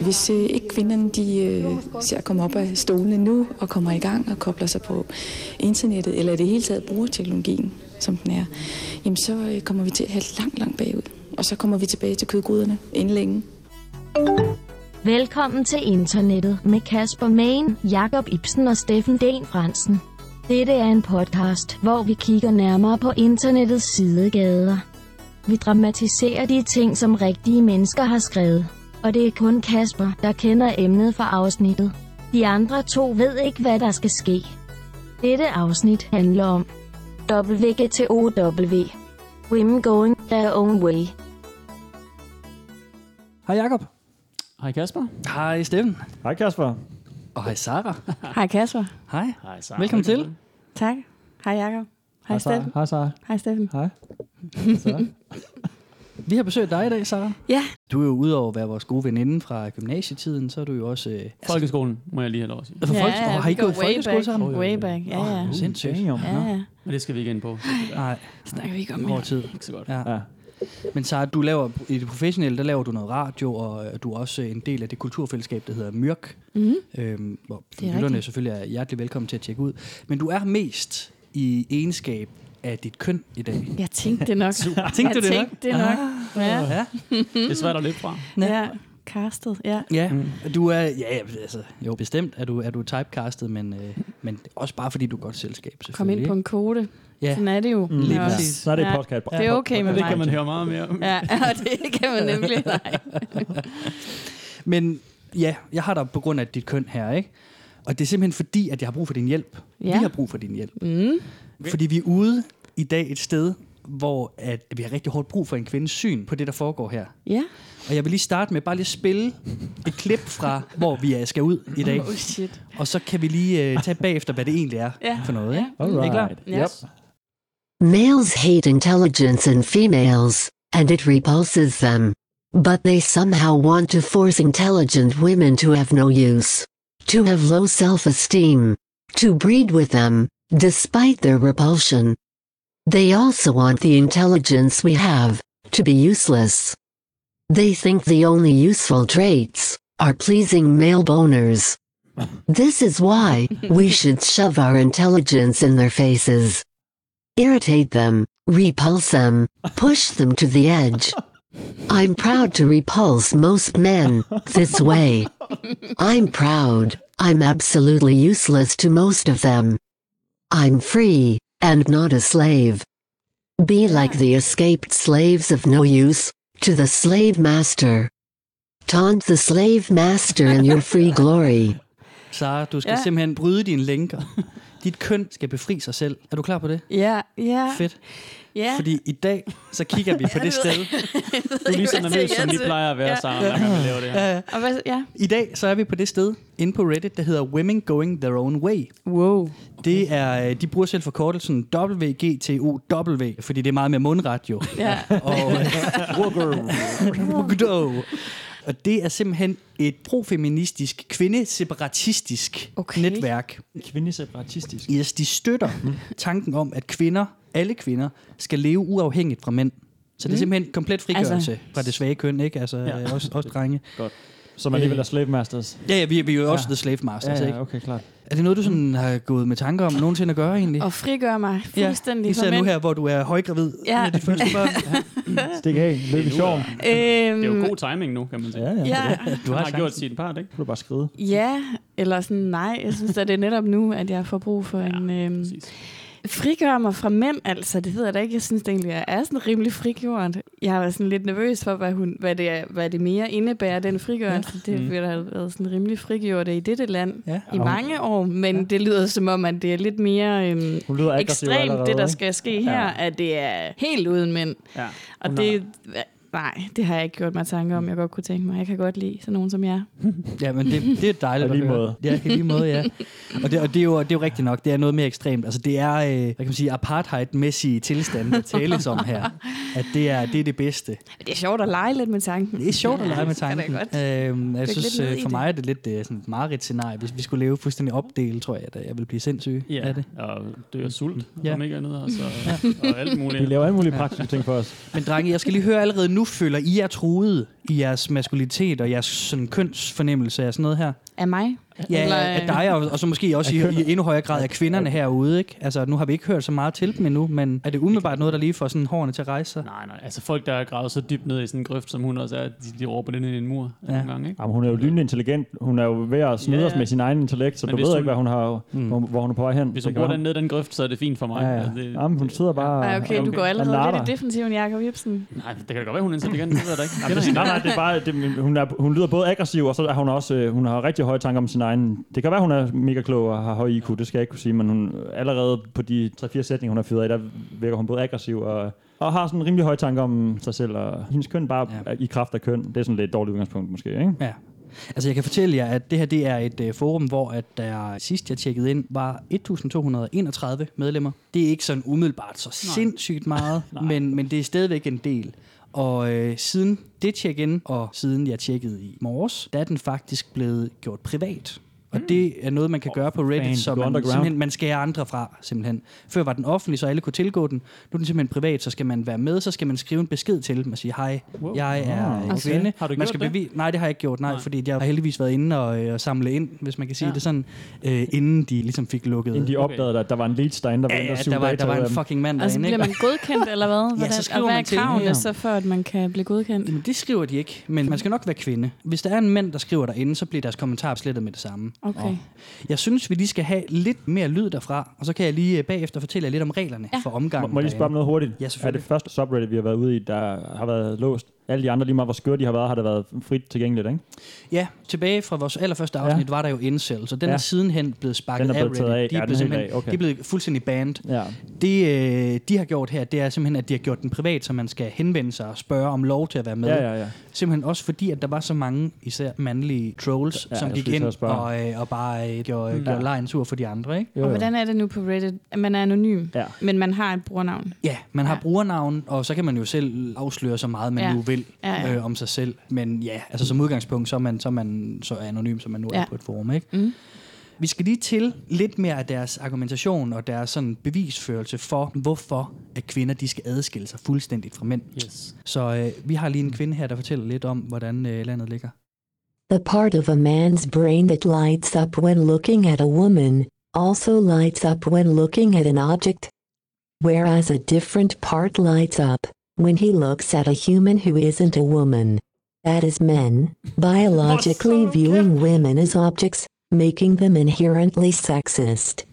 Hvis ikke kvinderne de ser at komme op af stolene nu og kommer i gang og kobler sig på internettet, eller i det hele taget bruger teknologien, som den er, jamen så kommer vi til at have langt bagud. Og så kommer vi tilbage til kødgryderne inden længe. Velkommen til internettet med Kasper Main, Jakob Ibsen og Steffen Den Fransen. Dette er en podcast, hvor vi kigger nærmere på internettets sidegader. Vi dramatiserer de ting, som rigtige mennesker har skrevet. Og det er kun Kasper, der kender emnet for afsnittet. De andre to ved ikke, hvad der skal ske. Dette afsnit handler om WGTOW. Women going their own way. Hej Jakob. Hej Kasper. Hej Steffen. Hej Kasper. Og hej Sara. Hej Kasper. Hej. Hej Sara. Velkommen til. Tak. Hej Jakob. Hej Steffen. Hej Sara. Hej Steffen. Hej. Vi har besøgt dig i dag, Sara. Ja. Du er jo udover at være vores gode veninde fra gymnasietiden, så er du jo også... Folkeskolen, må jeg lige have lov at sige. Har I gået i folkeskole sammen? Way back, ja. Sindssygt. Ja. Men det skal vi ikke ind på. Nej. Snakker vi ikke om over tid. Ikke så godt. Ja. Men Sara, du laver i det professionelle, der laver du noget radio, og du er også en del af det kulturfællesskab, der hedder Myrk. Hvor lytterne selvfølgelig er hjertelig velkommen til at tjekke ud. Men du er mest i egenskab af dit køn i dag. Jeg tænkte det nok. Tænkte du det nok? Ja. Det er svært at løbe fra. Ja. Castet, ja. Ja, du er, altså, jo bestemt er du typecastet, men også bare fordi du er godt selskab, selvfølgelig. Kom ind på en kode. Ja. Sådan er det jo. Lige præcis. Så er det podcast. Det er okay med mig. Det kan man høre meget mere om. Ja, og det kan man nemlig. Nej. Men ja, jeg har dig på grund af dit køn her, ikke? Og det er simpelthen fordi, at jeg har brug for din hjælp. Ja. Vi har brug for din hjælp. Fordi vi er ude i dag et sted, hvor at vi har rigtig hårdt brug for en kvindes syn på det, der foregår her. Ja. Og jeg vil lige starte med bare lige at spille et klip fra, hvor vi skal ud i dag. Shit. Og så kan vi lige tage bagefter, hvad det egentlig er for noget. Ikke? Alright. Er I klar? Yes. Males hate intelligence in females, and it repulses them. But they somehow want to force intelligent women to have no use, to have low self-esteem, to breed with them, despite their repulsion. They also want the intelligence we have to be useless. They think the only useful traits are pleasing male boners. This is why we should shove our intelligence in their faces. Irritate them, repulse them, push them to the edge. I'm proud to repulse most men this way. I'm proud. I'm absolutely useless to most of them. I'm free, and not a slave. Be like the escaped slaves of no use, to the slave master. Taunt the slave master in your free glory. Sara, du skal simpelthen bryde dine lænker. Dit køn skal befri sig selv. Er du klar på det? Ja. Fedt. Ja. Fordi i dag, så kigger vi på det sted. Du er lige så nervøs, som vi plejer at være sammen, når man laver det her. Og hvad, I dag, så er vi på det sted inde på Reddit, der hedder Women Going Their Own Way. Wow. Det er, de bruger selv forkortelsen WGTOW, fordi det er meget mere mundret jo. Ja. Og det er simpelthen et profeministisk, kvindeseparatistisk netværk. Kvindeseparatistisk. Yes, de støtter tanken om, at alle kvinder skal leve uafhængigt fra mænd. Så det er simpelthen komplet frigørelse fra det svage køn, ikke? Altså også drenge. Godt. Som alligevel er slave masters. Ja, vi er jo også the slave masters, ikke? Ja, okay, klart. Er det noget, du sådan har gået med tanker om nogensinde at gøre egentlig? Og frigøre mig fuldstændig især nu her, hvor du er højgravid med dit første børn. Stik af, løb i sjov. Det er jo god timing nu, kan man sige. Ja. Du har gjort sin part, ikke? Du kan bare skride. Ja, eller sådan nej. Jeg synes, at det er netop nu, at jeg får brug for en... Frigøre mig fra mænd, altså, det hedder det ikke. Jeg synes det egentlig, jeg er sådan rimelig frigjort. Jeg har været sådan lidt nervøs for, hvad det mere indebærer, den frigørelse. Det vil have været sådan rimelig frigjort i dette land i mange år, men det lyder som om, at det er lidt mere ekstremt, allerede, det der skal ske her, at det er helt uden mænd. Ja. Og det... Nej, det har jeg ikke gjort mig tanker om, jeg godt kunne tænke mig. Jeg kan godt lide sådan nogen som jer. Ja, men det er dejligt at høre. Ja, i lige måde, ja. Og det er jo rigtigt nok. Det er noget mere ekstremt. Altså, det er, hvad kan man sige, apartheid-mæssige tilstand, der tales om her. At det er det bedste. Det er sjovt at lege lidt med tanken. Det er sjovt at lege med tanken. Jeg synes, for mig er det lidt sådan et mareridt-scenarie. Hvis vi skulle leve fuldstændig opdelt, tror jeg, at jeg ville blive sindssyg af det. Og dø af sult, og ikke andet, og alt muligt. Vi laver alle mulige praktiske ting for os. Men drenge, jeg skal lige høre allerede nu, nu føler I jer truet i jeres maskulinitet og jeres sådan kønsfornemmelse af sådan noget her? Af mig? Ja, Eller, af dig, og så måske også i endnu højere grad af kvinderne herude, ikke? Altså, nu har vi ikke hørt så meget til dem endnu, men er det umiddelbart noget, der lige får sådan hårene til at rejse sig? Nej, altså folk, der er gravet så dybt ned i sådan en grøft, som hun også er, de råber den ind i en mur nogle gange, ikke? Jamen, hun er jo lynende intelligent. Hun er jo ved at snyde os med sin egen intellekt, så men du ved ikke, hvad hun har, hvor hun er på vej hen. Hvis hun bruger den ned den grøft, så er det fint for mig. Ja. Altså, det, jamen, hun sidder bare... Ej, okay, du går allerede lidt i defensiven, Jakob Ibsen. Nej, det kan da godt være, hun er intelligent, det ved jeg da ikke. Nej, det er bare... Hun lyder både aggressiv, og så er hun også... hun har rigtig høje tanker om sin egen... Det kan være, hun er mega klog og har høj IQ, det skal jeg ikke kunne sige, men hun allerede på de 3-4 sætninger, hun har fyret af, der virker hun både aggressiv og har sådan en rimelig høj tanke om sig selv, og hendes køn bare i kraft af køn. Det er sådan lidt et dårligt udgangspunkt måske, ikke? Ja. Altså jeg kan fortælle jer, at det her det er et forum, hvor at der sidst jeg tjekkede ind, var 1.231 medlemmer. Det er ikke sådan umiddelbart så sindssygt meget, men det er stadigvæk en del. Og siden det check-in, og siden jeg tjekkede i morges, der er den faktisk blevet gjort privat. Og det er noget, man kan gøre på Reddit, så man skærer andre fra, simpelthen. Før var den offentlig, så alle kunne tilgå den. Nu er den simpelthen privat, så skal man være med, så skal man skrive en besked til dem og sige, hej, jeg er kvinde. Har du gjort det? Nej, det har jeg ikke gjort, fordi jeg har heldigvis været inde og samle ind, hvis man kan sige det sådan, inden de ligesom fik lukket. Inden de opdagede, at der var en lead derinde, der var en fucking mand derinde. Altså bliver man godkendt, eller hvad? Ja, så skriver hvad man til kravene så for, at man kan blive godkendt? Jamen, det skriver de ikke, men man skal nok være kvinde. Hvis der er en mand, der skriver derinde, så bliver deres kommentar slettet med det samme. Okay. Jeg synes, vi lige skal have lidt mere lyd derfra, og så kan jeg lige bagefter fortælle jer lidt om reglerne for omgangen. Må jeg lige spørge om noget hurtigt? Ja, selvfølgelig. Er det første subreddit, vi har været ude i, der har været låst? Alle de andre, lige meget hvor skøre de har været, har det været frit tilgængeligt, ikke? Ja, tilbage fra vores allerførste afsnit var der jo incel, så den er sidenhen blevet sparket af Reddit. De er blevet fuldstændig banned. Ja. Det, de har gjort her, det er simpelthen, at de har gjort den privat, så man skal henvende sig og spørge om lov til at være med. Ja. Simpelthen også fordi, at der var så mange, især mandlige trolls, som gik ind og bare gjorde lejen sur for de andre, ikke? Og hvordan er det nu på Reddit? Man er anonym, men man har et brugernavn. Ja, man har brugernavn, og så kan man jo selv afsløre så meget, man nu vil om sig selv. Men ja, altså som udgangspunkt, så er man så anonym, som man nu er på et forum, ikke? Mm. Vi skal lige til lidt mere af deres argumentation og deres sådan bevisførelse for, hvorfor at kvinder de skal adskille sig fuldstændigt fra mænd. Yes. Så vi har lige en kvinde her, der fortæller lidt om, hvordan landet ligger. The part of a man's brain that lights up when looking at a woman also lights up when looking at an object, whereas a different part lights up when he looks at a human who isn't a woman. That is men, biologically viewing women as objects, making them inherently sexist.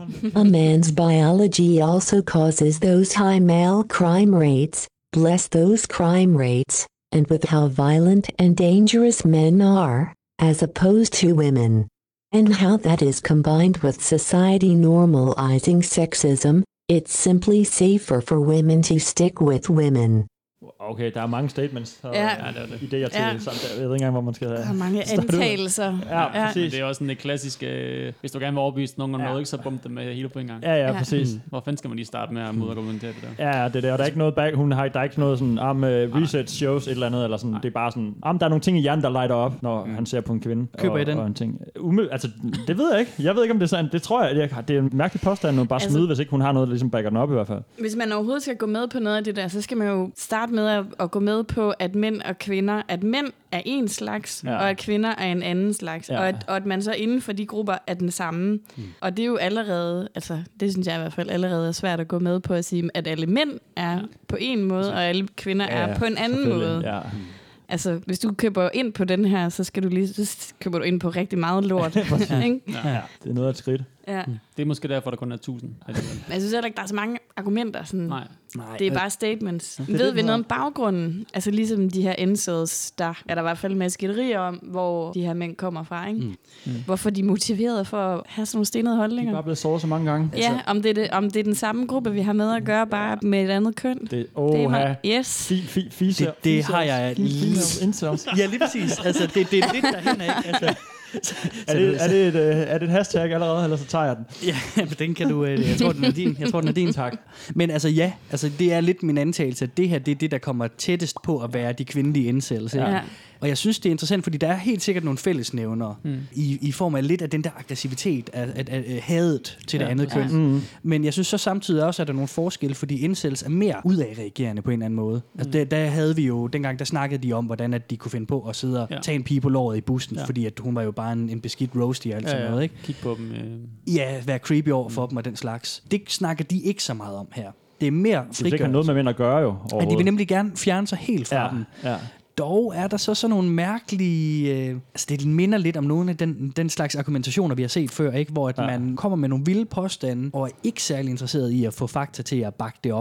A man's biology also causes those high male crime rates, bless those crime rates, and with how violent and dangerous men are, as opposed to women. And how that is combined with society normalizing sexism, it's simply safer for women to stick with women. Okay, der er mange statements og idéer til samt. Jeg ved ikke engang, hvor man skal... Der er mange antagelser. Ja, præcis. Det er også sådan det klassiske, hvis du gerne vil overbevise nogen om noget, ikke, så bump dem med hele på en gang. Ja, præcis. Hvor fanden skal man lige starte med at modargumentere det der? Ja, det der. Og der er ikke noget der er ikke noget sådan, research shows et eller andet, eller sådan. Det er bare sådan, der er nogle ting i hjernen, der lighter op, når han ser på en kvinde. Køber I den? Og en ting. Altså, det ved jeg ikke. Jeg ved ikke, om det er sandt. Det tror jeg, det er en mærkelig påstand, at bare smide, hvis ikke hun har noget, der ligesom backer den op i hvert fald. Hvis man overhovedet skal gå med på noget af det der, så skal man jo starte med at gå med på, at mænd og kvinder, at mænd er en slags, og at kvinder er en anden slags, og at man så inden for de grupper er den samme. Og det er jo allerede, altså det synes jeg i hvert fald allerede er svært at gå med på at sige, at alle mænd er på en måde, og alle kvinder er på en anden måde. Ja. Altså, hvis du køber ind på den her, så køber du ind på rigtig meget lort. Ikke? Ja. Det er noget af et skridt. Ja. Det er måske derfor, der kun er 1000. Men jeg synes heller ikke, der er så mange argumenter. Sådan. Nej. Det er bare statements. Ved vi noget om baggrunden? Altså ligesom de her incels, der er der i hvert fald maskerier om, hvor de her mænd kommer fra. Ikke? Hvorfor de er motiveret for at have sådan nogle stenede holdninger. De er bare blevet såret så mange gange. Ja, om det er den samme gruppe, vi har med at gøre, bare med et andet køn. Det har jeg lige. Ja, lige præcis. Altså, det er lidt derhen af. Altså. Er det et hashtag allerede, eller så tager jeg den? Ja, den kan du... Jeg tror, den er din, tak. Men altså det er lidt min antagelse, at det her, det er det, der kommer tættest på at være de kvindelige incels. Ja. Og jeg synes, det er interessant, fordi der er helt sikkert nogle fællesnævnere i form af lidt af den der aggressivitet, af hadet til det andet køn. Men jeg synes så samtidig også, at der er nogle forskelle, fordi incels er mere udadreagerende på en eller anden måde. Altså, der havde vi jo, dengang der snakkede de om, hvordan at de kunne finde på at sidde og tage en pige på låret i bussen, fordi at hun var jo bare en beskidt roasty og alt sådan noget. Ikke? Kig på dem. Ja, være creepy over for dem og den slags. Det snakker de ikke så meget om her. Det er mere frigørelse. Det ikke har noget med mænd at gøre jo. Ja, de vil nemlig gerne fjerne sig helt fra dem. Ja. Dog er der så sådan nogle mærkelige... det minder lidt om nogle af den slags argumentationer, vi har set før, ikke? Hvor at man kommer med nogle vilde påstande, og er ikke særlig interesseret i at få fakta til at bakke det op,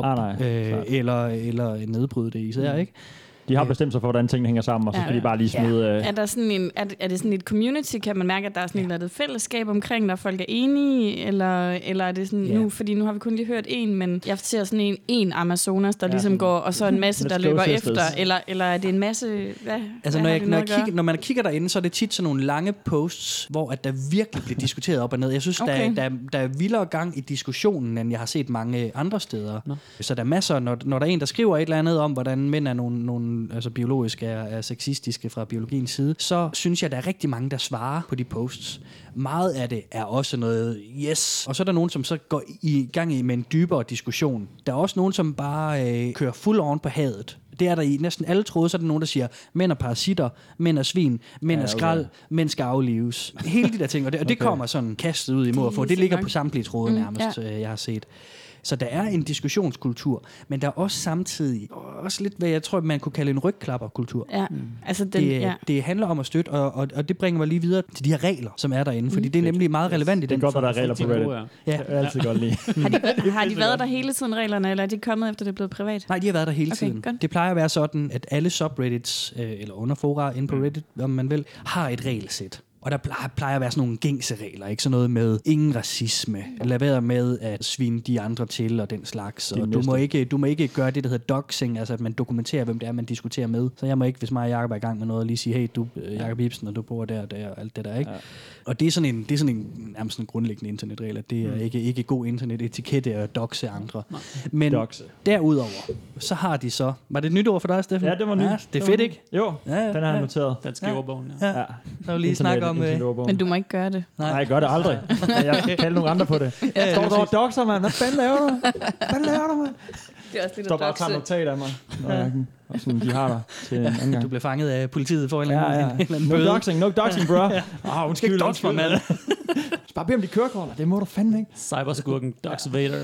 eller nedbryde det især, ikke? De har bestemt sig for, hvordan tingene hænger sammen, og så skal de bare lige smide... Er der sådan er det sådan et community? Kan man mærke, at der er sådan et fællesskab omkring, der folk er enige? Eller er det sådan nu... Fordi nu har vi kun lige hørt en, men jeg ser sådan en Amazonas, der ligesom går, og så en masse, der løber efter. Eller er det en masse... Altså, når man kigger derinde, så er det tit sådan nogle lange posts, hvor at der virkelig bliver diskuteret op og ned. Jeg synes, der er vildere gang i diskussionen, end jeg har set mange andre steder. Så der er masser, når der er en, der skriver et eller andet om, hvordan mænd er nogle altså biologisk er sexistiske fra biologiens side, så synes jeg, der er rigtig mange, der svarer på de posts. Meget af det er også noget yes. Og så er der nogen, som så går i gang med en dybere diskussion. Der er også nogen, som bare kører full on på hadet. Det er der i næsten alle tråde, så er der nogen, der siger, mænd er parasitter, mænd er svin, mænd er skrald, mænd skal aflives. Hele de der ting, og det kommer sådan kastet ud i mor for. Det ligger på samtlige tråde nærmest, jeg har set. Så der er en diskussionskultur, men der er også samtidig også lidt, hvad jeg tror, man kunne kalde en rygklapperkultur. Ja, altså det handler om at støtte, og det bringer mig lige videre til de her regler, som er derinde, fordi det er nemlig meget relevant i den. Det er godt, at der er regler på Reddit. Ja. Jeg er altid godt lide. Har de været der hele tiden, reglerne, eller er de kommet efter, det er blevet privat? Nej, de har været der hele tiden. Godt. Det plejer at være sådan, at alle subreddits, eller underfora inde på Reddit, om man vil, har et regelsæt. Og der plejer at være sådan nogle gængse regler, ikke? Sådan noget med ingen racisme, lad være med at svine de andre til og den slags. Og du må ikke gøre det, der hedder doxing, altså at man dokumenterer, hvem det er, man diskuterer med. Så jeg må ikke, hvis mig og Jacob er i gang med noget, lige sige, hey, du Jacob Ibsen, og du bor der og alt det der, ikke? Ja. Og det er sådan en nærmest en grundlæggende internetregel, at det er ikke god internetetikette at doxe andre. Men derudover, så har de så... Var det et nyt ord for dig, Steffen? Ja, det var nyt. Ja, det er fedt, ikke? Jo, den har jeg noteret. Den skriverbogen, ja. Så vil lige snakke om... Men du må ikke gøre det. Nej, jeg gør det aldrig. Jeg kan kalde nogle andre på det. Står der over doxer, mand? Hvad fanden laver du? mand? Det er også lidt står bare og tager notat af mig. Og sådan, de har der til en anden gang. Du bliver fanget af politiet for en eller anden bøde. No doxing, bro. Undskyld, mand. Bare bed om de kørekort. Det må du fandme ikke. Cyberskurken, Dox Vader.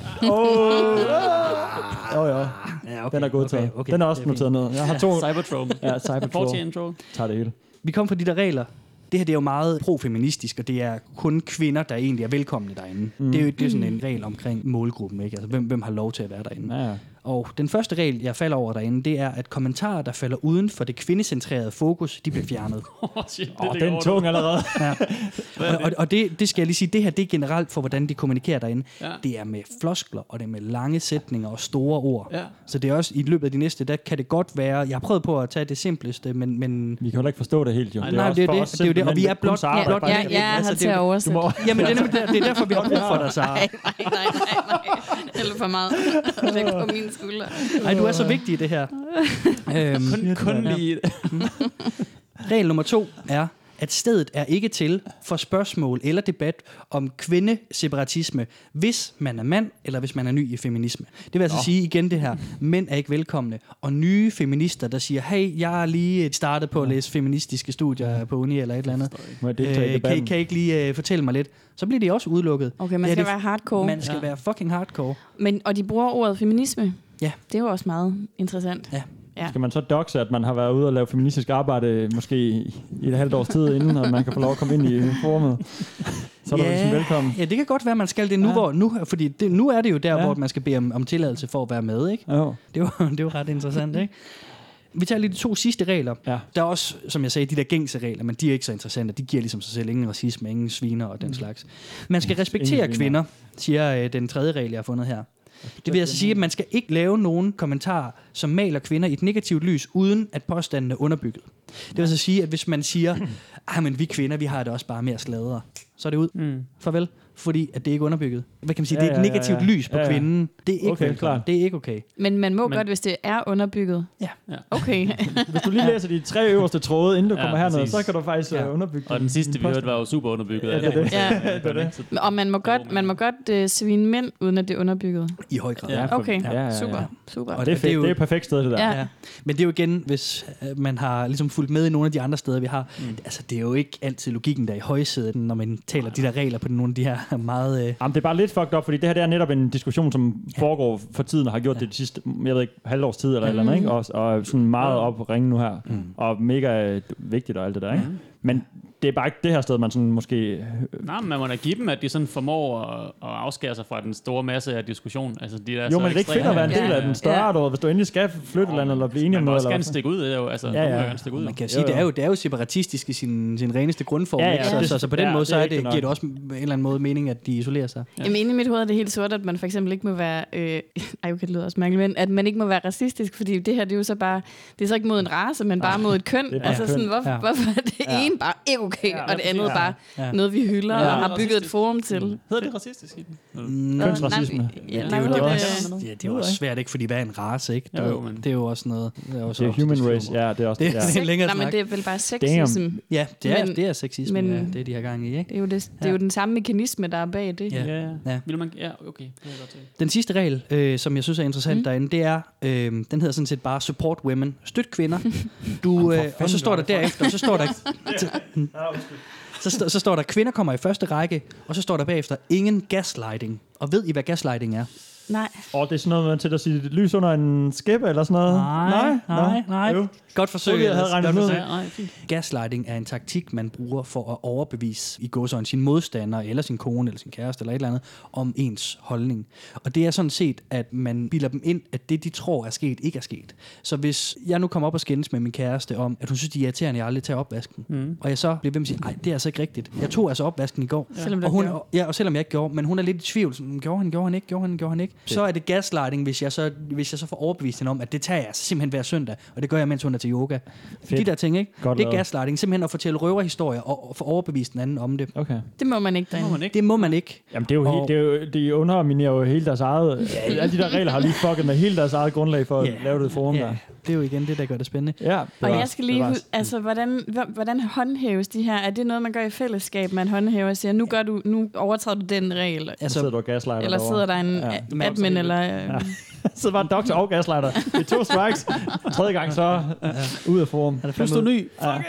Den er godtaget. Okay. Den er også noteret ned. Jeg har 2. Cybertrome. Ja, Cybertrome. Intro. Tager det hele. Vi kom fra de der regler. Det her det er jo meget profeministisk, og det er kun kvinder, der egentlig er velkomne derinde. Det er sådan en regel omkring målgruppen, ikke? Altså, hvem har lov til at være derinde. Ja. Og den første regel, jeg falder over derinde, det er, at kommentarer, der falder uden for det kvindecentrerede fokus, de bliver fjernet. Den er tung allerede. Ja. Og det skal jeg lige sige, det her, det er generelt for, hvordan de kommunikerer derinde. Ja. Det er med floskler, og det er med lange sætninger og store ord. Ja. Så det er også i løbet af de næste, der kan det godt være, jeg har prøvet på at tage det simpleste, men vi kan jo ikke forstå det helt, jo. Nej, det er jo det, og vi er blot... Jeg har til at oversætte. Jamen, det er derfor, vi har brug for dig, Sara. Nej. Eller for meget. Læg på mine skuldre. Nej, du er så vigtig i det her. Kun lige... Regel nummer 2 er, at stedet er ikke til for spørgsmål eller debat om kvindeseparatisme, hvis man er mand, eller hvis man er ny i feminisme. Det vil altså sige igen det her, mænd er ikke velkomne, og nye feminister, der siger, hey, jeg har lige startet på at læse feministiske studier på uni eller et eller andet. Kan I ikke lige fortælle mig lidt? Så bliver de også udelukket. Okay, man skal være hardcore. Man skal være fucking hardcore. Og de bruger ordet feminisme. Ja. Det er jo også meget interessant. Ja. Ja. Skal man så doxe, at man har været ude og lave feministisk arbejde måske i et halvt års tid inden, og man kan få lov at komme ind i forumet? Så er du ligesom velkommen. Ja, det kan godt være, man skal det nu, fordi nu er det jo der, hvor man skal bede om tilladelse for at være med, ikke? Jo. Det er jo ret interessant, ikke? Vi tager lige de 2 sidste regler. Ja. Der er også, som jeg sagde, de der gængse regler, men de er ikke så interessante. De giver ligesom sig selv ingen racisme, ingen sviner og den slags. Man skal respektere kvinder, siger den 3. regel, jeg har fundet her. Det vil altså sige, at man skal ikke lave nogen kommentarer, som maler kvinder i et negativt lys, uden at påstanden er underbygget. Det vil altså sige, at hvis man siger, men vi kvinder, vi har det også bare mere sladre, så er det ud. Farvel. fordi at det ikke er underbygget. Hvad kan man sige? Det er et negativt lys på kvinden. Det er ikke Okay, velkommen. klart. Det er ikke okay. Men man må godt, hvis det er underbygget. Ja. Okay. Hvis du lige læser de 3 øverste tråde, inden du kommer herned, præcis. så kan du faktisk underbygge Og den sidste, vi hørte, var jo super underbygget. Ja, det er det. Ja. Det er det. Og man må godt svine mænd, uden at det er underbygget. I høj grad. Ja, Okay, ja. super. Og det er fedt. Det er et perfekt sted, det der. Ja. Ja. Men det er jo igen, hvis man har ligesom fulgt med i nogle af de andre steder, vi har. Altså, det er jo ikke altid logikken, der er i højsædet, når man taler de der regler på nogle af de her meget... Jamen, det er bare lidt fucked up, fordi det her det er netop en diskussion, som foregår for tiden og har gjort det de sidste, jeg ved ikke, halvårs tid eller et eller andet, ikke? Og sådan meget op at ringe nu her. Og mega vigtigt og alt det der, ikke? Men det er bare ikke det her sted, man sådan måske... Nej, men man må da give dem, at de sådan formår at afskære sig fra den store masse af diskussion. Altså, de der Jo, men det er ikke fedt at være en del af den større, hvis du endelig skal flytte et eller blive enig om man noget. Man må også gerne stikke ud, det er jo, altså, gerne stikke ud. Man kan sige, det er jo separatistisk i sin reneste grundform, ikke? Så på den måde, så giver det også en eller anden måde mening, at de isolerer sig. Jamen, inde i mit hoved er det helt sort, at man for eksempel ikke må være... okay, det lyder også mærkeligt, men at man ikke må være racistisk, fordi det her, det er jo så bare... Det er så ikke mod en race, men bare mod et køn. Altså sådan, hvorfor er det ene bare ikke okay, og det andet bare noget, vi hylder og har bygget et forum til? Hedder det racistisk? Kønsracisme. Det er jo også svært, ikke? Fordi hvad er en race, ikke? Det er jo også noget... Det er human race, ja, det er også det. Er længere nej, men det er vel bare sexism. Ja, det er sexisme, det er de her gange i, ikke? Det er jo den samme mekanisme, der er bag det. Ja. Vil man... Ja, okay. Det er godt til. Den sidste regel, som jeg synes er interessant derinde, det er, den hedder sådan set bare support women. Støt kvinder. Og så står der derefter, så står der... Så står der, kvinder kommer i første række, og så står der bagefter, ingen gaslighting. Og ved I, hvad gaslighting er? Nej. Og det er sådan noget, man til at sige lys under en skæppe eller sådan noget? Nej. Jo. Godt forsøg. Jeg havde regnet ud. Gaslighting er en taktik, man bruger for at overbevise i gåseøjne sin modstander, eller sin kone, eller sin kæreste, eller et eller andet, om ens holdning. Og det er sådan set, at man bilder dem ind, at det, de tror er sket, ikke er sket. Så hvis jeg nu kommer op og skændes med min kæreste om, at hun synes, det er irriterende, at jeg aldrig tager opvasken, og jeg så bliver ved med at sige, nej, det er altså ikke rigtigt. Jeg tog altså opvasken i går. Ja. Og selvom jeg ikke gjorde, men hun er lidt i tvivl. Gjorde han ikke? Så er det gaslighting, hvis jeg så får overbevist hende om, at det tager jeg simpelthen hver søndag, og det gør jeg, mens hun er til yoga. De der ting, ikke? Godt det er gaslighting, simpelthen at fortælle røverhistorier og få overbevist den anden om det. Okay. Det må man ikke derinde. Det må man ikke. Jamen, de underminerer jo hele deres eget... alle de der regler har lige fucket med hele deres eget grundlag for at lave det forum der. Det er jo igen det, der gør det spændende. Ja, og jeg skal lige altså, hvordan håndhæves de her? Er det noget, man gør i fællesskab, man håndhæver og siger, nu overtræder du den regel? Altså, sidder du og gaslighter eller sidder der en admin, eller... Ja. Så var en doktor og gaslighter. Det er 2 strikes. 3. gang så ud af forum. Nu står ny.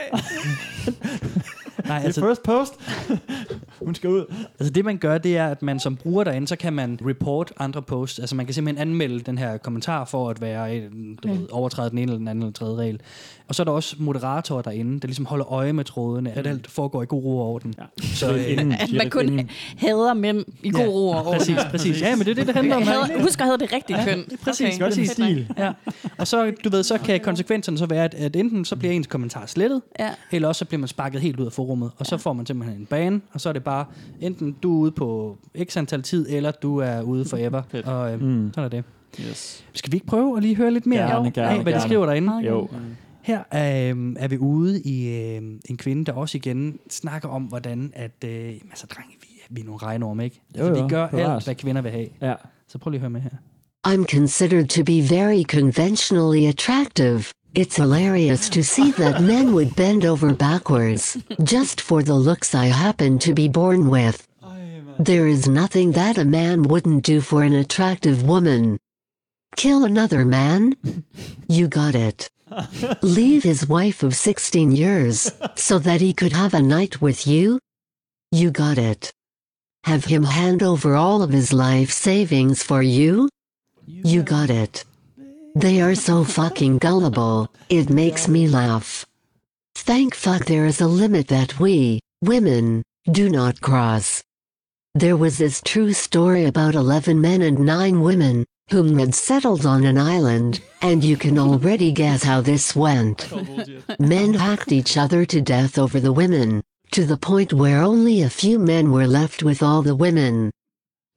Nej, altså, first post. Hun skal ud. Altså det man gør, det er, at man som bruger derinde, så kan man report andre posts. Altså man kan simpelthen anmelde den her kommentar for at være overtræde den ene eller den anden eller tredje regel. Og så er der også moderatorer derinde, der ligesom holder øje med trådene, at alt foregår i god ro og orden. Ja. Så at man kun hader mænd i god ro og orden. Præcis. Ja, men det er det handler om. Husk at have det rigtige køn. Præcis. Gør det i stil. Ja. Og så, så kan konsekvenserne så være, at enten så bliver ens kommentar slettet, eller også så bliver man sparket helt ud af forummet, og så får man simpelthen en ban, og så er det bare, enten du er ude på x antal tid, eller du er ude forever. Og sådan er det. Yes. Skal vi ikke prøve at lige høre lidt mere af, hvad de skriver derinde? Jo. Her er vi ude i en kvinde, der også igen snakker om, hvordan at, altså drenge, vi er nogle regnorme, ikke? Altså, vi gør alt, hvad kvinder vil have. Ja. Så prøv lige at høre med her. I'm considered to be very conventionally attractive. It's hilarious to see that men would bend over backwards, just for the looks I happen to be born with. There is nothing that a man wouldn't do for an attractive woman. Kill another man? You got it. Leave his wife of 16 years, so that he could have a night with you? You got it. Have him hand over all of his life savings for you? You got it. They are so fucking gullible, it makes me laugh. Thank fuck there is a limit that we, women, do not cross. There was this true story about 11 men and 9 women, whom had settled on an island, and you can already guess how this went. Men hacked each other to death over the women, to the point where only a few men were left with all the women.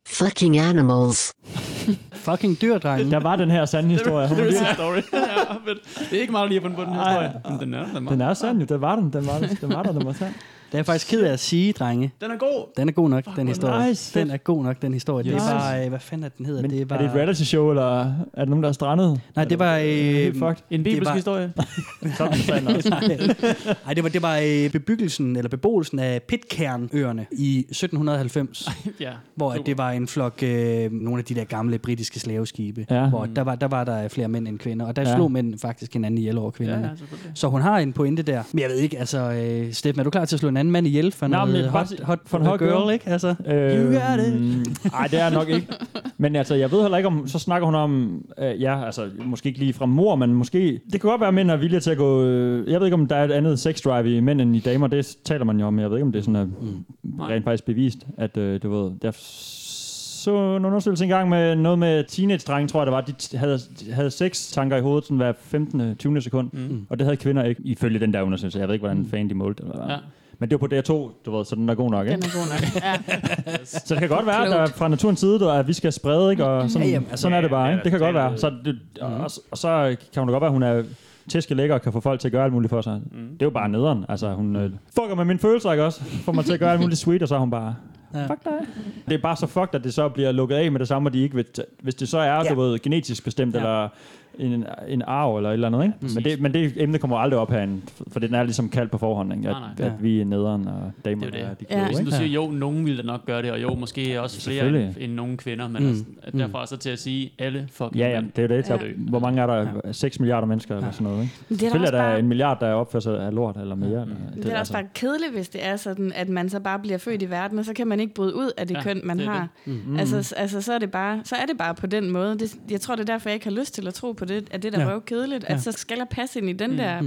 Fucking animals. Fucking dyr, drenge. Der var den her sande historie. Det er en story. Ja, men det er ikke meget lige at finde på den her historie. Men Den er sand jo, den var der, den var sand. Det er jeg faktisk ked af at sige, drenge. Den er god. Den er god nok, den historie. nice. Den er god nok, den historie. Yes. Det var, hvad fanden er den hedder? Men det var, er det et reality show, eller er det nogen, der er strandet? Nej, det var... Helt fucked. En bibelsk historie. Sådan sand også. Nej, det var bebyggelsen, eller beboelsen af Pitcairn-øerne i 1790. Ja. Hvor at det var en flok, nogle af de der gamle britiske slaveskibe, Ja. hvor der var der flere mænd end kvinder, og der Ja. slog mænd faktisk hinanden ihjel over kvinderne. Ja, selvfølgelig. Så hun har en pointe der. Men jeg ved ikke, altså, Steffen, er du klar til at slå en anden mand ihjel for Nå, men noget bare hot for en hot girl, ikke? Altså, You got it. Nej, det er nok ikke. Men altså, jeg ved heller ikke om, så snakker hun om, altså, måske ikke lige fra mor, men måske, det kan godt være, at mænd er villige til at gå, jeg ved ikke, om der er et andet sex drive i mænd end i damer, det taler man jo om, men jeg ved ikke, om det er sådan, rent faktisk bevist, at du ved, der så en undersøgelse engang med noget med teenage-drenge, tror jeg det var, de havde sex-tanker i hovedet sådan hver 15. 20. sekund, og det havde kvinder ikke, ifølge den der undersøgelse. Jeg ved ikke, hvordan fanden de målte. Ja. Men det var på DR2, du ved, så den er god nok, ikke? Den er god nok, ja. Så det kan godt være, at der fra naturens side, at vi skal sprede, ikke? Og sådan, jamen, altså, sådan er det bare, ikke? Det kan godt være. Så og så kan hun da godt være, at hun er tæske lækker og kan få folk til at gøre alt muligt for sig. Det er jo bare nederen. Altså, hun fucker med mine følelser, ikke også? Får mig til at gøre alt muligt sweet, og så er hun bare... Fuck dig. Det er bare så fucked, at det så bliver lukket af med det samme, og de ikke vil hvis det så er, du ved, genetisk bestemt, eller en arv, eller et eller andet, ikke? Men det emne kommer aldrig op herinde, for den er ligesom kaldt på forhånd, ikke? At vi er nederen, og damer det er de kloge, Ligesom ikke? du siger, jo, nogen vil da nok gøre det, og jo, måske også flere end nogle kvinder, men altså, derfra så til at sige, alle fucking Ja, det er jo det. Hvor mange er der? 6 milliarder mennesker, eller sådan noget, ikke? Selvfølgelig er der 1 milliard, der opfører sig af lort, eller mere. Det er også bare kedeligt, hvis det er sådan, at man så bare bliver født i verden, og så kan man ikke bryde ud af det køn, man har. Altså, så er det bare på den måde. Jeg tror, det er derfor, jeg ikke har lyst til at tro på det, at det der røv kedeligt, at så skal jeg passe ind i den der,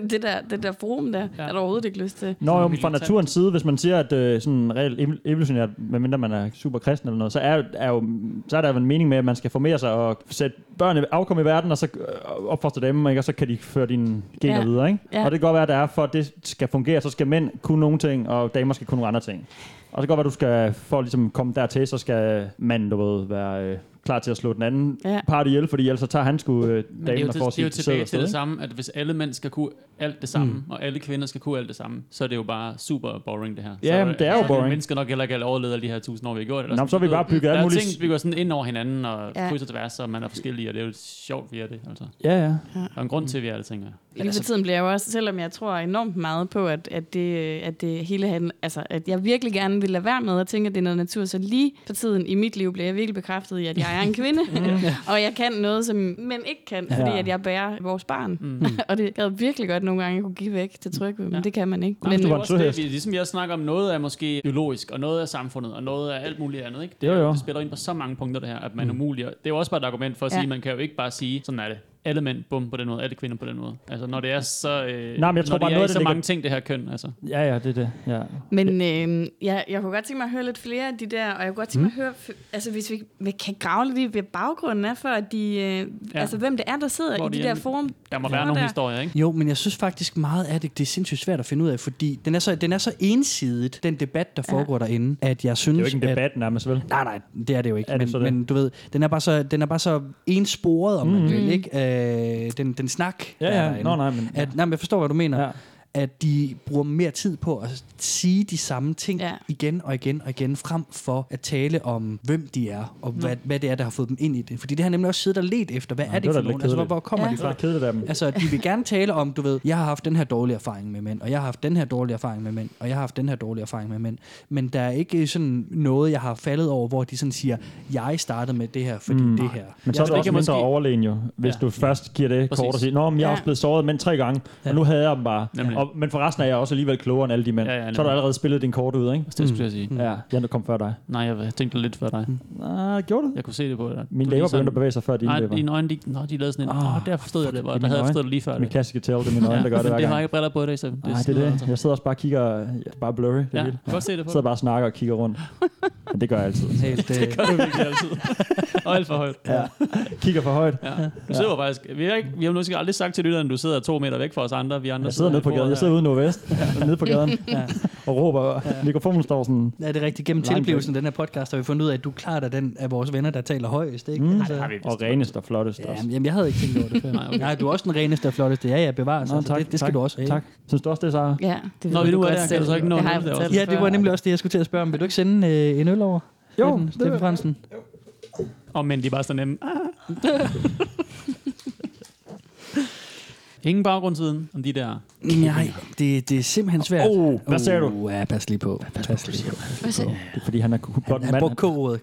det der forum der, er der overhovedet ikke lyst til. Nå, jo, fra naturens side, hvis man siger, at sådan reelt evolutionært, medmindre man er super kristen eller noget, så er der jo en mening med, at man skal formere sig og sætte børn afkomme i verden, og så opfostre dem, ikke? Og så kan de føre dine gener videre, ikke? Ja. Og det kan godt være, at det er, for at det skal fungere, så skal mænd kunne nogle ting, og damer skal kunne nogle andre ting. Og det kan godt være, at du skal, for at ligesom komme dertil, så skal manden, du ved, være klar til at slå den anden part ihjel, fordi ellers så tager han sgu damen og får det er jo tilbage til det samme, at hvis alle mænd skal kunne alt det samme, og alle kvinder skal kunne alt det samme, så er det jo bare super boring, det her. Ja, men det er jo boring. Mennesker nok heller ikke overlede alle de her 1000 år, vi har gjort. Nå, så har vi bare bygget alt muligt. Der er ting, vi går sådan ind over hinanden, og kryds og tværs, og man er forskellige, og det er jo sjovt, vi er det. Altså. Ja. Der er en grund til, at vi er det, tænker jeg. Lige for tiden bliver jeg jo også, selvom jeg tror enormt meget på, at det hele handler, altså at jeg virkelig gerne vil lade være med at tænke, at det er noget natur, så lige for tiden i mit liv bliver jeg virkelig bekræftet i, at jeg er en kvinde, og jeg kan noget, som mænd ikke kan, fordi at jeg bærer vores barn. Og det gad virkelig godt nogle gange, jeg kunne give væk til Trygve, men det kan man ikke. Men det er også det, ligesom jeg snakker om, noget er måske biologisk, og noget er samfundet, og noget er alt muligt andet, ikke? Det spiller ind på så mange punkter, det her, at man er umulig. Det er jo også bare et argument for at sige, at man kan jo ikke bare sige, sådan er det. Alle mænd, bum, på den måde. Alle kvinder på den måde. Altså, når det er så... Nej, men jeg tror bare, noget, så mange ting, det her køn, altså. Ja, det er det. Ja. Men jeg kunne godt tænke mig at høre lidt flere af de der, og jeg kunne godt tænke mig at høre, altså hvis vi kan grave lidt i, hvad baggrunden er for, at de... Altså, hvem det er, der sidder i de der forum. Der må være nogle historier, ikke? Jo, men jeg synes faktisk meget af det er sindssygt svært at finde ud af, fordi den er så ensidigt, den debat, der foregår derinde, at jeg synes... Det er jo ikke en debat nærmest, vel? Nej, det er det jo ikke. Men du ved, den er bare så ensporet, om man vil, ikke? Den snak. Ja. Men jeg forstår, hvad du mener. Ja. At de bruger mere tid på at sige de samme ting igen og igen og igen, frem for at tale om, hvem de er, og hvad det er, der har fået dem ind i det. Fordi det har nemlig også siddet og let efter, hvad er det for nogen? Altså, hvor kommer de fra? Altså, de vil gerne tale om, du ved, jeg har haft den her dårlige erfaring med mænd, og jeg har haft den her dårlige erfaring med mænd, og jeg har haft den her dårlige erfaring med mænd. Men der er ikke sådan noget, jeg har faldet over, hvor de sådan siger, jeg startede med det her, fordi det her. Men så er det også mindre overlegen jo, hvis du først giver det kort og siger, nå, men jeg er også blevet såret mænd 3 gange, og nu havde jeg dem bare. Men forresten er jeg også alligevel klogere end alle de mænd. Så har du allerede spillet din kort ud, ikke? Det skulle jeg sige. Ja, jeg kom før dig. Nej, jeg tænkte lidt før dig. Nej, gjorde du? Jeg kunne se det på dig. Mine læber begyndte at bevæge sig før dine læber. Nej, dine øjne, de lavede sådan en, der forstod jeg det. Der havde jeg forstået det lige før. Min klassiske tale, det er mine øjne, der gør det hver gang. Det har ikke briller på i dag, så nej, det er det. Jeg sidder også bare og kigger, bare blurry. Ja, jeg kan godt se det på. Jeg sidder bare og snakker og kigger rundt. Men det gør jeg altid. Det gør du virkelig altid. Og alt for højt. Ja. Kigger for højt. Ja. Du sidder faktisk... Vi har måske aldrig sagt til lytteren, at du sidder 2 meter væk fra os andre. Vi andre jeg sidder nede på gaden. Jeg sidder ude nordvest. Nede på gaden. og råber. Mikrofonen står sådan... Ja, det er rigtigt. Gennem tilblivelsen af den her podcast har vi fundet ud af, at du klart er den af vores venner, der taler højest, ikke? Og renest og flottest også. Jamen, jeg havde ikke tænkt over det før. Nej, du er også den reneste og flotteste. Ja, bevares. Nå, tak, det skal du også have. Tak. Synes du også det, Sarah? Ja, det Når ved du godt er der, kan du så ikke nå det. det også? Ja, det var nemlig også det, jeg skulle til at spørge om. Vil du ikke sende en øl over? Jo, Steffen Fransen. Men de er bare så nemme. Ingen baggrundsviden om de der... Nej, det er simpelthen svært. Hvad sagde du? Ja, pas lige på. Det er fordi, han er godt mand. Han brugte K-ordet.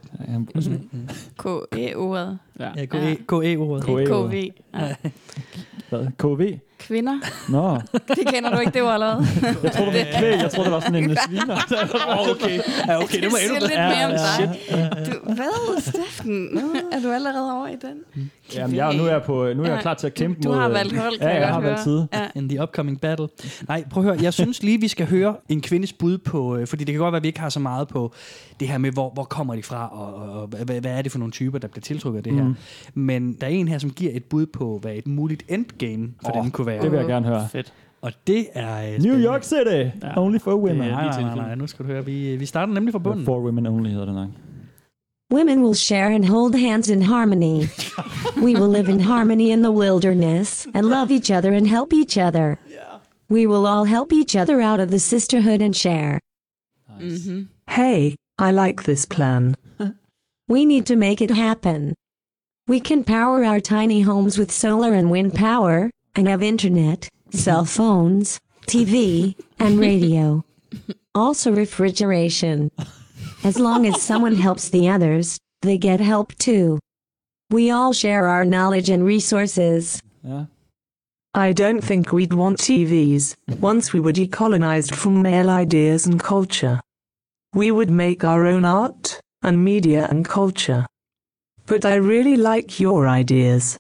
K-E-ordet. Ja. Ja, K-E-ordet. KV. Hvad? KV? Kvinder. Nå. Det kender du ikke, det var allerede. Jeg troede, det var kvæg. Jeg troede, det var sådan en sviner. Okay. Ja, okay, det var endnu lidt mere om dig. Hvad, Steffen? Er du allerede over i den? Jamen, nu er jeg klar til at kæmpe mod... Du har valgt hold, kan jeg har valgt side. In the upcoming battle. Nej, prøv at høre. Jeg synes lige, vi skal høre en kvindes bud på... Fordi det kan godt være, at vi ikke har så meget på det her med, hvor kommer de fra, og hvad er det for nogle typer, der bliver tiltrukket af det her. Men der er en her, som giver et bud på, hvad et muligt endgame for den kunne være. Det vil jeg gerne høre. Fedt. Og det er... New York City! Only for women. Nej, nu skal du høre. Vi starter nemlig fra bunden. For women only hedder det nok. Women will share and hold hands in harmony. We will live in harmony in the wilderness and love each other and help each other. We will all help each other out of the sisterhood and share. Nice. Mm-hmm. Hey, I like this plan. We need to make it happen. We can power our tiny homes with solar and wind power, and have internet, cell phones, TV, and radio. Also refrigeration. As long as someone helps the others, they get help too. We all share our knowledge and resources. Yeah. I don't think we'd want TVs once we were decolonized from male ideas and culture. We would make our own art and media and culture. But I really like your ideas.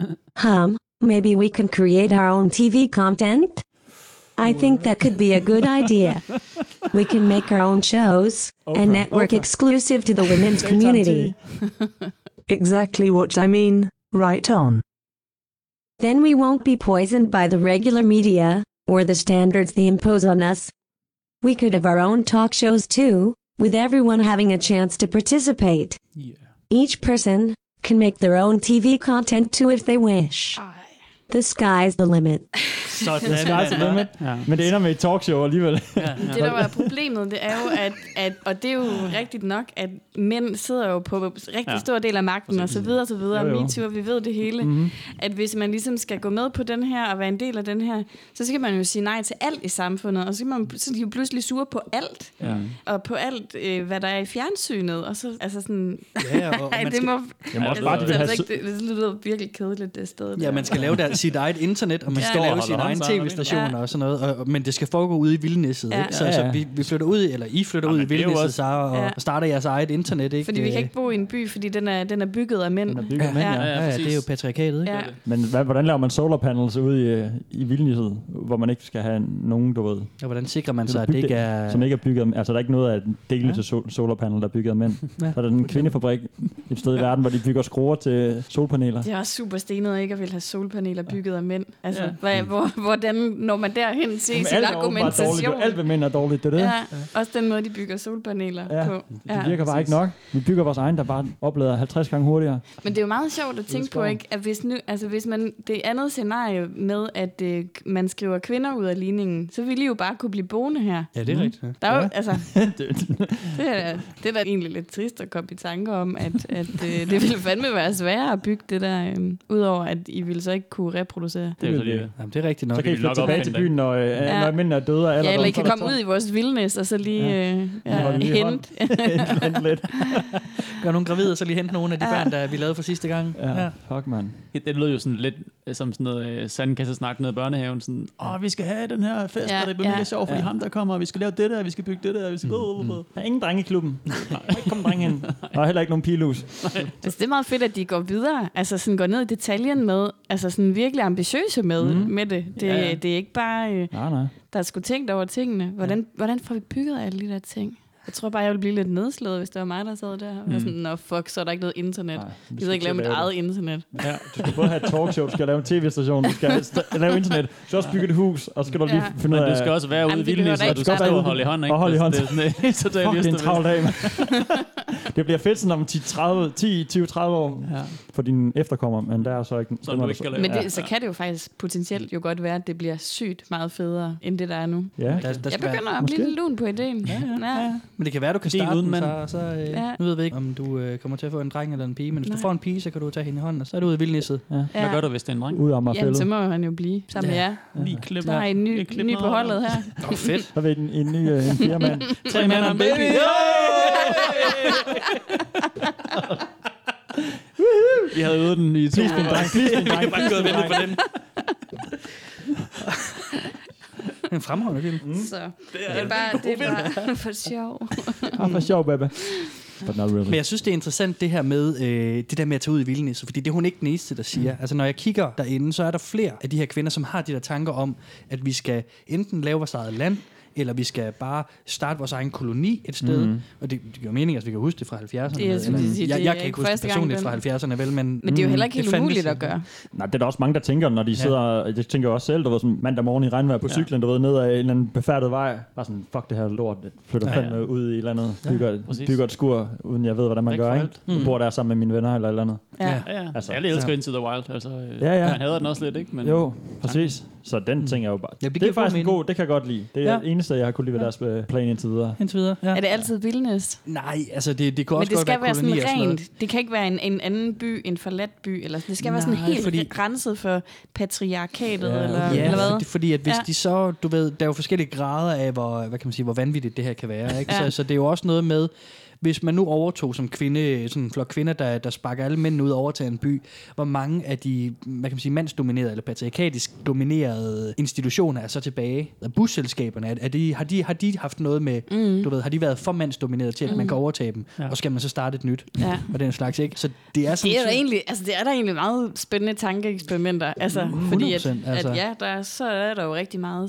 Maybe we can create our own TV content? I think that could be a good idea. We can make our own shows and network exclusive to the women's community. Exactly what I mean, right on. Then we won't be poisoned by the regular media or the standards they impose on us. We could have our own talk shows too, with everyone having a chance to participate. Yeah. Each person can make their own TV content too if they wish. The sky's the limit. Sådan. limit. Ja. Men det ender med et talkshow alligevel. Det, der var problemet, det er jo, at og det er jo rigtigt nok, at mænd sidder jo på rigtig stor del af magten, og så videre, så videre. MeToo, vi ved det hele. Mm-hmm. At hvis man ligesom skal gå med på den her, og være en del af den her, så skal man jo sige nej til alt i samfundet, og så er de jo pludselig sure på alt. Ja. Og på alt, hvad der er i fjernsynet. Og så, altså sådan... det lyder virkelig kedeligt, det sted. Ja, man skal lave sit eget internet, og man skal lave sin egen tv-stationer og sådan noget, men det skal foregå ude i vildnisset, ikke? Så vi flytter ud, eller I flytter ud i vildnisset, Sarah, og starter jeres eget internet, ikke? Fordi vi kan ikke bo i en by, fordi den er bygget af mænd. Ja, det er jo patriarkatet, ikke? Ja. Men hvordan laver man solar panels ude i vildnisset, hvor man ikke skal have nogen, du ved? Og hvordan sikrer man så, at det ikke er... Som ikke er bygget, altså der er ikke noget af dele til solar panel, der er bygget af mænd. Så er der en kvindefabrik et sted i verden, hvor de bygger skruer til solpaneler. Det er også super stenet ikke at vil have solpaneler bygget af mænd. Altså, hvordan når man derhen til sin argumentation? Alt ved mænd er dårligt, det er det. Ja, også den måde, de bygger solpaneler på. Det virker bare ikke nok. Vi bygger vores egen, der bare oplader 50 gange hurtigere. Men det er jo meget sjovt at tænke på, ikke, at hvis man det andet scenarie med, at man skriver kvinder ud af ligningen, så ville I jo bare kunne blive boende her. Ja, det er rigtigt. Der er jo, altså, det er da egentlig lidt trist at komme i tanker om, at det ville fandme være sværere at bygge det der, udover at I ville så ikke kunne reproducere. Det er rigtigt nok. Så kan I flytte tilbage til byen, når mændene er døde. Eller I kan komme ud i vores vildnis, og så lige hente lidt. Gør nogle gravide, og så lige hente nogle af de børn, der vi lavede for sidste gang. Ja, fuck man. Det lød jo sådan lidt som sådan noget sandkassesnak nede i børnehaven. Sådan, vi skal have den her fest, og det bliver mega sjovt, fordi ham der kommer, og vi skal lave det der, vi skal bygge det der, vi skal... Der er ingen drenge i klubben. Der er ikke kommet drenge hen. Der er heller ikke nogen pilus. Altså, det er meget fedt, at de går videre. Altså sådan går ned i detaljen med, altså sådan virkelig ambitiøse med det. Det er ikke bare... Nej. Der er sgu tænkt over tingene. Hvordan får vi bygget alle de der ting? Jeg tror bare, jeg ville blive lidt nedslået, hvis det var mig, der sad der. Og sådan, nå fuck, så er der ikke noget internet. Nej, Jeg ved ikke lave mit eget internet. Ja, du skal både have et talkshow, du skal lave en tv-station, du skal lave internet, du skal også bygge et hus, og så skal du lige finde ud af... Men du skal også være ude i Vildnis, og du skal stå og holde i hånden, ikke? Og holde i hånden. Fuck, det er en travl dag, det bliver fedt sådan om 10-20-30 år for dine efterkommer, men der er så ikke... Men det, så kan det jo faktisk potentielt jo godt være, at det bliver sygt meget federe, end det der er nu. Ja. Jeg begynder at blive lidt lun på ideen. Ja. Men det kan være, du kan starte uden den, så nu ved vi ikke, om du kommer til at få en dreng eller en pige, men hvis du får en pige, så kan du tage hende i hånden, og så er du ude i Vildnisset. Ja. Hvad gør du, hvis det er en dreng? Ud af mig. Jamen, så må han jo blive sammen med jer. Lige klip. Der er en ny på holdet her. Fedt. Så vil en ny firmand. 3 mand og en baby. Vi havde øvet den i 2 år. Vi har bare gået og ventet på den. En fremragende film. Så det er bare for sjov. For sjov, baby. But not really. Men jeg synes, det er interessant det her med det der med at tage ud i Vildnis, fordi det er hun ikke den eneste, der siger. Altså når jeg kigger derinde, så er der flere af de her kvinder, som har de der tanker om, at vi skal enten lave vores eget land, eller vi skal bare starte vores egen koloni et sted. Og det giver mening, at vi kan huske det fra 70'erne. Jeg kan ikke huske det personligt fra 70'erne, vel, men det er jo heller ikke helt umuligt at gøre. Nej, det er der også mange, der tænker, når de sidder... Jeg tænker også selv, der var sådan mandag morgen i regnvejr på cyklen, der var ned ad en eller anden befærdet vej. Bare sådan, fuck det her lort, det flytter fandme ud i et eller andet. Bygger et skur, uden jeg ved, hvordan man gør, ikke? Jeg bor der sammen med mine venner eller et eller andet. Altså, jeg elsker Into the Wild. Altså, han hader den også lidt, ikke? Men, jo, præcis. Så den ting er jo bare... Det er faktisk en god, det kan jeg godt lide. Det er det eneste, jeg har kunne lide ved deres plan indtil videre. Ja. Er det altid Vildnis? Nej, altså det kan også godt være koloni. Men det skal være sådan rent. Det kan ikke være en anden by, en forladt by. Eller det skal være sådan helt renset for patriarkatet, eller hvad? Fordi at hvis de så... Du ved, der er jo forskellige grader af, hvor vanvittigt det her kan være. Ikke? Så det er jo også noget med... Hvis man nu overtog som kvinde, sådan en flok kvinder, der sparker alle mænd ud over til en by, hvor mange af de, mandsdominerede eller patriarkatisk dominerede institutioner er så tilbage? Busselskaberne, har de haft noget med, du ved, har de været for mandsdomineret til, at man kan overtage dem, og skal man så starte et nyt? Og den slags, ikke? Så det er sådan... Det er der egentlig meget spændende tankeeksperimenter, altså, fordi så er der jo rigtig meget,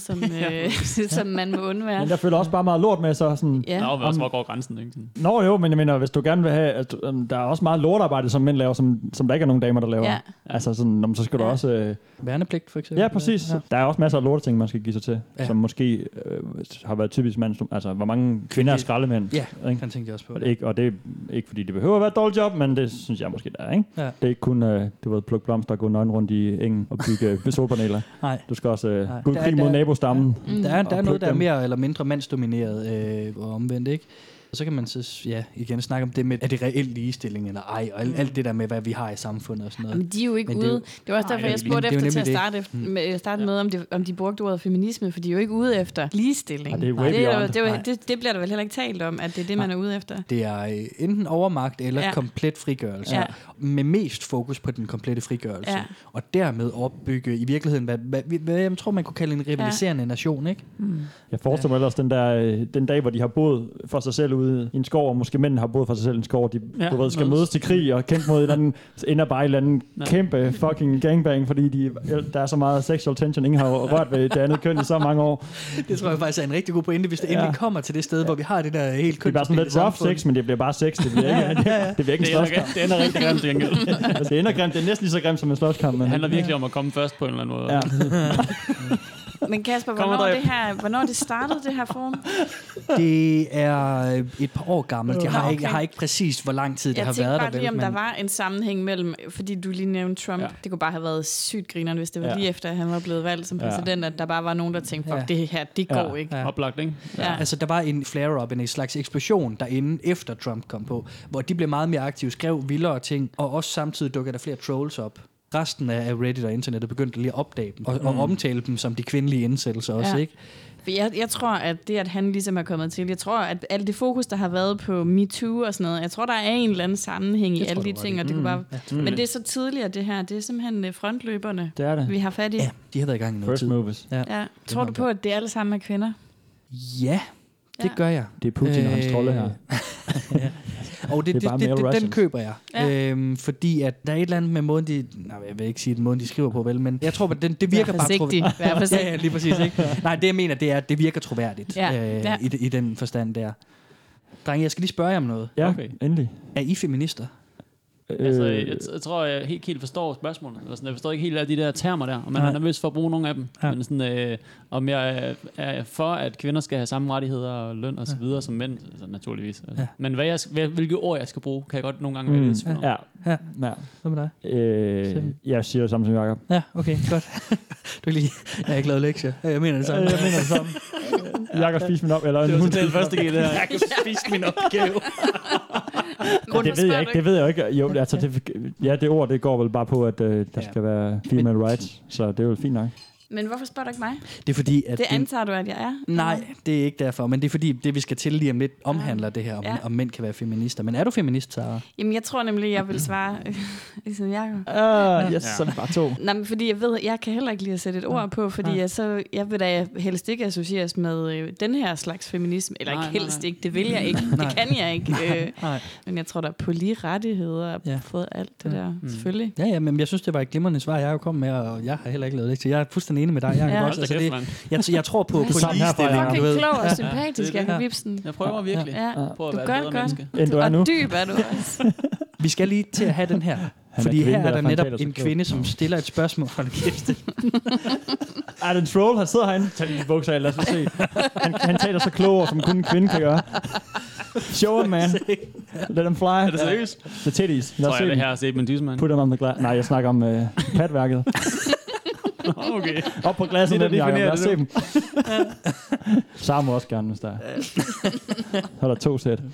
som man må undvære. Men der følger også bare meget lort med, så sådan... Hvor går grænsen, ikke? Jo, men jeg mener, hvis du gerne vil have... der er også meget lortarbejde, som mænd laver, som der ikke er nogen damer, der laver. Altså sådan, så skal du også... Værnepligt, for eksempel. Ja, præcis. Ja. Der er også masser af lorteting, man skal give sig til, som måske har været typisk mand. Altså, hvor mange kvinder er skraldemænd. Ja, den tænkte jeg også på. Og det er ikke, fordi det behøver at være et dårligt job, men det synes jeg måske, der er, ikke? Ja. Det er ikke kun, plukke blomster og gå nøgen rundt i engen og bygge solpaneler. Nej. Du skal også gå i krig mod nabostammen. Der er noget, der er mere eller mindre mandsdomineret og omvendt, ikke? Og så kan man så igen snakke om det med, er det reelt ligestilling eller ej, og alt det der med, hvad vi har i samfundet og sådan noget. Men de er jo ikke ude. Det var også derfor, jeg spurgte efter til at starte med, om de brugte ordet feminisme, for de er jo ikke ude efter ligestilling. Det bliver der vel heller ikke talt om, at det er det, man er ude efter. Det er enten overmagt eller komplet frigørelse, med mest fokus på den komplette frigørelse, og dermed opbygge i virkeligheden, hvad jeg tror, man kunne kalde en rivaliserende nation, ikke? Jeg forestiller mig også den dag, hvor de har boet for sig selv ude i en skov, og måske mændene har boet for sig selv i en skov, de skal mødes til krig og kæmpe mod et eller andet, ender bare i et eller andet kæmpe fucking gangbang, fordi der er så meget sexual tension, ingen har rørt ved det andet køn i så mange år. Det tror jeg faktisk er en rigtig god pointe, hvis det endelig kommer til det sted, hvor vi har det der helt køn. Det er bare sådan lidt rough sex, men det bliver bare sex. Det bliver ikke en slåskamp. Det ender rigtig grimt, til gengæld. Det ender grimt. Det er næsten lige så grimt som en slåskamp. Det handler virkelig om at komme først på en eller anden måde. Ja. Men Kasper, hvornår det startede, det her forum? Det er et par år gammelt. Jeg har ikke præcis, hvor lang tid det har været der. Jeg tænkte bare lige, om der var en sammenhæng mellem, fordi du lige nævnte Trump. Det kunne bare have været sygt grineren, hvis det var lige efter, at han var blevet valgt som præsident, at der bare var nogen, der tænkte, fuck, det her, det går ikke. Oplagt, ikke? Ja. Altså, der var en flare-up, en slags eksplosion derinde, efter Trump kom på, hvor de blev meget mere aktive, skrev vildere ting, og også samtidig dukkede der flere trolls op. Resten af Reddit og internettet begyndte lige at opdage dem, og omtale dem som de kvindelige indsættelser også, ikke? Jeg tror, at det, at han ligesom er kommet til, jeg tror, at alt det fokus, der har været på MeToo og sådan noget, jeg tror, der er en eller anden sammenhæng i alle de ting, og det kunne bare... Men det er så tidligere, det her. Det er simpelthen frontløberne, vi har fat i. Ja, de har været i gang i noget tid. First movers. Ja. Tror du på, at det er alle sammen er kvinder? Ja, det gør jeg. Det er Putin og hans trolde her. Og den køber jeg. Ja. Fordi at der er et eller andet med måden, jeg vil ikke sige den måde, de skriver på, vel, men jeg tror, at det virker bare troværdigt. Ja, lige præcis, ikke? Nej, det jeg mener, det er, at det virker troværdigt i den forstand der. Drenge, jeg skal lige spørge jer om noget. Ja, Okay. endelig. Er I feminister? Altså, jeg tror, jeg helt forstår spørgsmålet. Eller sådan, jeg forstår ikke helt af de der termer der, og man er nervøs for at bruge nogle af dem. Ja. Men sådan, om jeg er for, at kvinder skal have samme rettigheder og løn og så videre som mænd, altså, naturligvis. Altså. Ja. Men hvilke ord jeg skal bruge, kan jeg godt nogle gange vælge lidt tvivl om. Ja. Hvad med dig? Jeg siger det samme som Jacob. Ja, okay, godt. Du lige, jeg har ikke lavet lektier. Jeg mener det samme. Jacob spiste min opgave. Det var den første gik det her. Jacob spiste min opgave. Det ved jeg ikke. Det ved jeg ikke. Jo, altså det ord, det går vel bare på, at der skal være female rights. Så det er jo fint nok. Men hvorfor spørger du ikke mig? Det er fordi, at det antager du, at jeg er? Nej, det er ikke derfor. Men det er fordi, det vi skal til lige om lidt omhandler det her, om mænd kan være feminister. Men er du feminist, Sarah? Jamen, jeg tror nemlig, jeg vil svare ligesom Jacob. Yes, så er det bare to. Nej, men fordi jeg ved, jeg kan heller ikke lide at sætte et ord på, fordi jeg vil da helst ikke associeres med den her slags feminisme. Eller ikke helst ikke, det vil jeg ikke. Det kan jeg ikke. Men jeg tror, der er på lige rettigheder og fået alt det der, selvfølgelig. Ja, men jeg synes, det var et glimrende svar, jeg er jo kommet med, og jeg har heller ikke lavet det. Så jeg er fuldstændig enig med dig. Jeg tror på ligestilling. Fucking klog og sympatisk, Jacob Ibsen. Jeg prøver virkelig. På at være et bedre menneske. Og dyb er du også. Vi skal lige til at have den her. Fordi her er der netop en kvinde, som stiller et spørgsmål fra en kæste. Er det en troll? Han sidder herinde. Tag lige bukser af, lad os se. Han taler så klogere, som kun en kvinde kan gøre. Show him, man. Let him fly. Er det seriøst? The titties. Tror jeg, det her har set min dysmand. Put them on the glass. Nej, jeg snakker om patværket. Okay. Op på glasset med dem, Jacob. Lad os se dem. Sarah må også gerne, hvis der er. Så er der 2 sæt.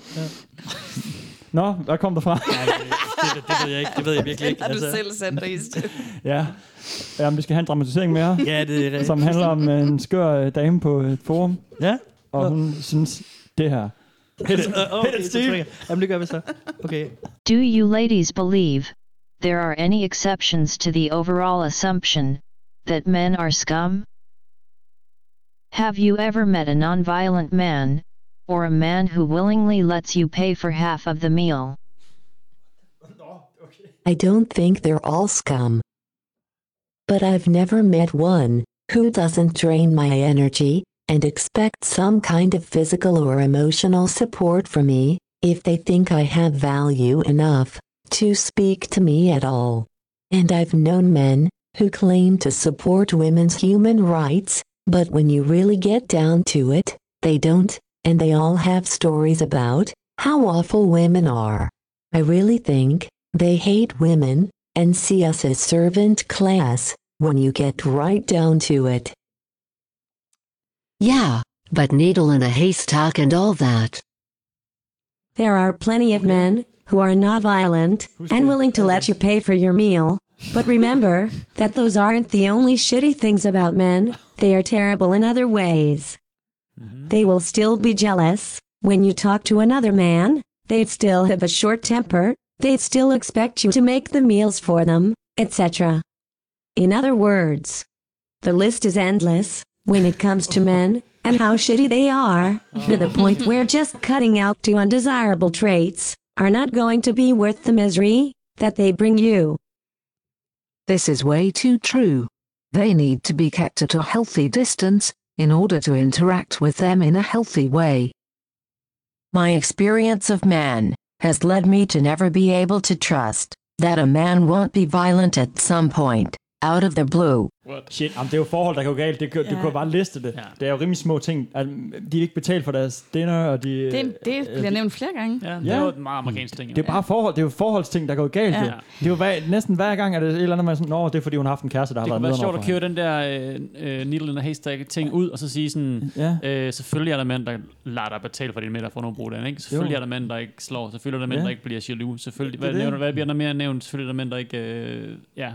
Nå, hvad kom der fra? Det ved jeg ikke. Det ved jeg virkelig ikke. Har du selv sendt ris til? Ja. Jamen, vi skal have en dramatisering mere. Ja, det er rigtigt. Som handler om en skør dame på et forum. Ja. Og hun synes, det her. Hit it, Steve. Jamen, det gør vi så. Okay. Do you ladies believe there are any exceptions to the overall assumption that men are scum? Have you ever met a non-violent man, or a man who willingly lets you pay for half of the meal? I don't think they're all scum. But I've never met one who doesn't drain my energy and expect some kind of physical or emotional support from me if they think I have value enough to speak to me at all. And I've known men who claim to support women's human rights, but when you really get down to it, they don't, and they all have stories about how awful women are. I really think they hate women and see us as servant class when you get right down to it. Yeah, but needle in a haystack and all that. There are plenty of men who are not violent and willing to let you pay for your meal. But remember that those aren't the only shitty things about men. They are terrible in other ways. They will still be jealous when you talk to another man. They'd still have a short temper. They'd still expect you to make the meals for them, etc. In other words, the list is endless when it comes to men and how shitty they are, to the point where just cutting out 2 undesirable traits are not going to be worth the misery that they bring you. This is way too true. They need to be kept at a healthy distance in order to interact with them in a healthy way. My experience of men has led me to never be able to trust that a man won't be violent at some point, out of the blue. Shit, det er jo forhold, der går galt. Det kunne bare liste det. Ja. Det er jo rimelig små ting. De er ikke betalt for deres dinner, og de... Det bliver nævnt flere gange. Ja, det er jo et meget amerikansk ting. Det er bare forhold. Det er jo forholdsting, der går galt. Ja. Det er jo næsten hver gang, at det er et eller andet, man sådan, det er fordi, hun har haft en kæreste, der har været med. Det kunne være sjovt at købe den der needle in a haystack ting ud, og så sige sådan, selvfølgelig er der mænd, der lader dig betale for din middag for nogle brug den, ikke? Selvfølgelig er der mænd, der ikke slår. Selvfølgelig er der mænd, der ikke bliver jaloux. Selvfølgelig, hvad bliver der mere nævnt? Selvfølgelig er der mænd, der ikke...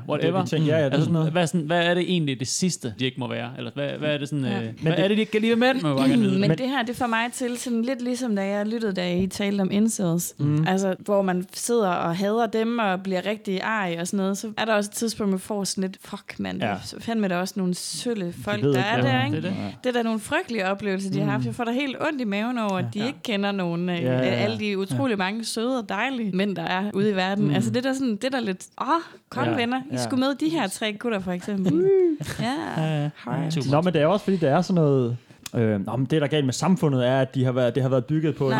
whatever. Hvad er det egentlig det sidste, de ikke må være? Eller hvad er det sådan... hvad er det, de ikke kan lide med mænd? Men det her, det får mig til sådan lidt ligesom, da jeg lyttede, da I talte om incels. Altså, hvor man sidder og hader dem og bliver rigtig ej og sådan noget. Så er der også et tidspunkt, man får sådan lidt, fuck mand, så fandme der også nogle sølle folk, der er der, ikke? Det er da nogle frygtelige oplevelser, de har haft. Jeg får da helt ondt i maven over, at de ikke kender nogen af alle de utrolig mange søde og dejlige mænd, der er ude i verden. Altså, det er der sådan, det er der lidt, kom venner, I skulle med de her 3 gutter, for eksempel. Nå, men det er også fordi, der er sådan noget... Men det, der galt med samfundet, er, at det har været bygget på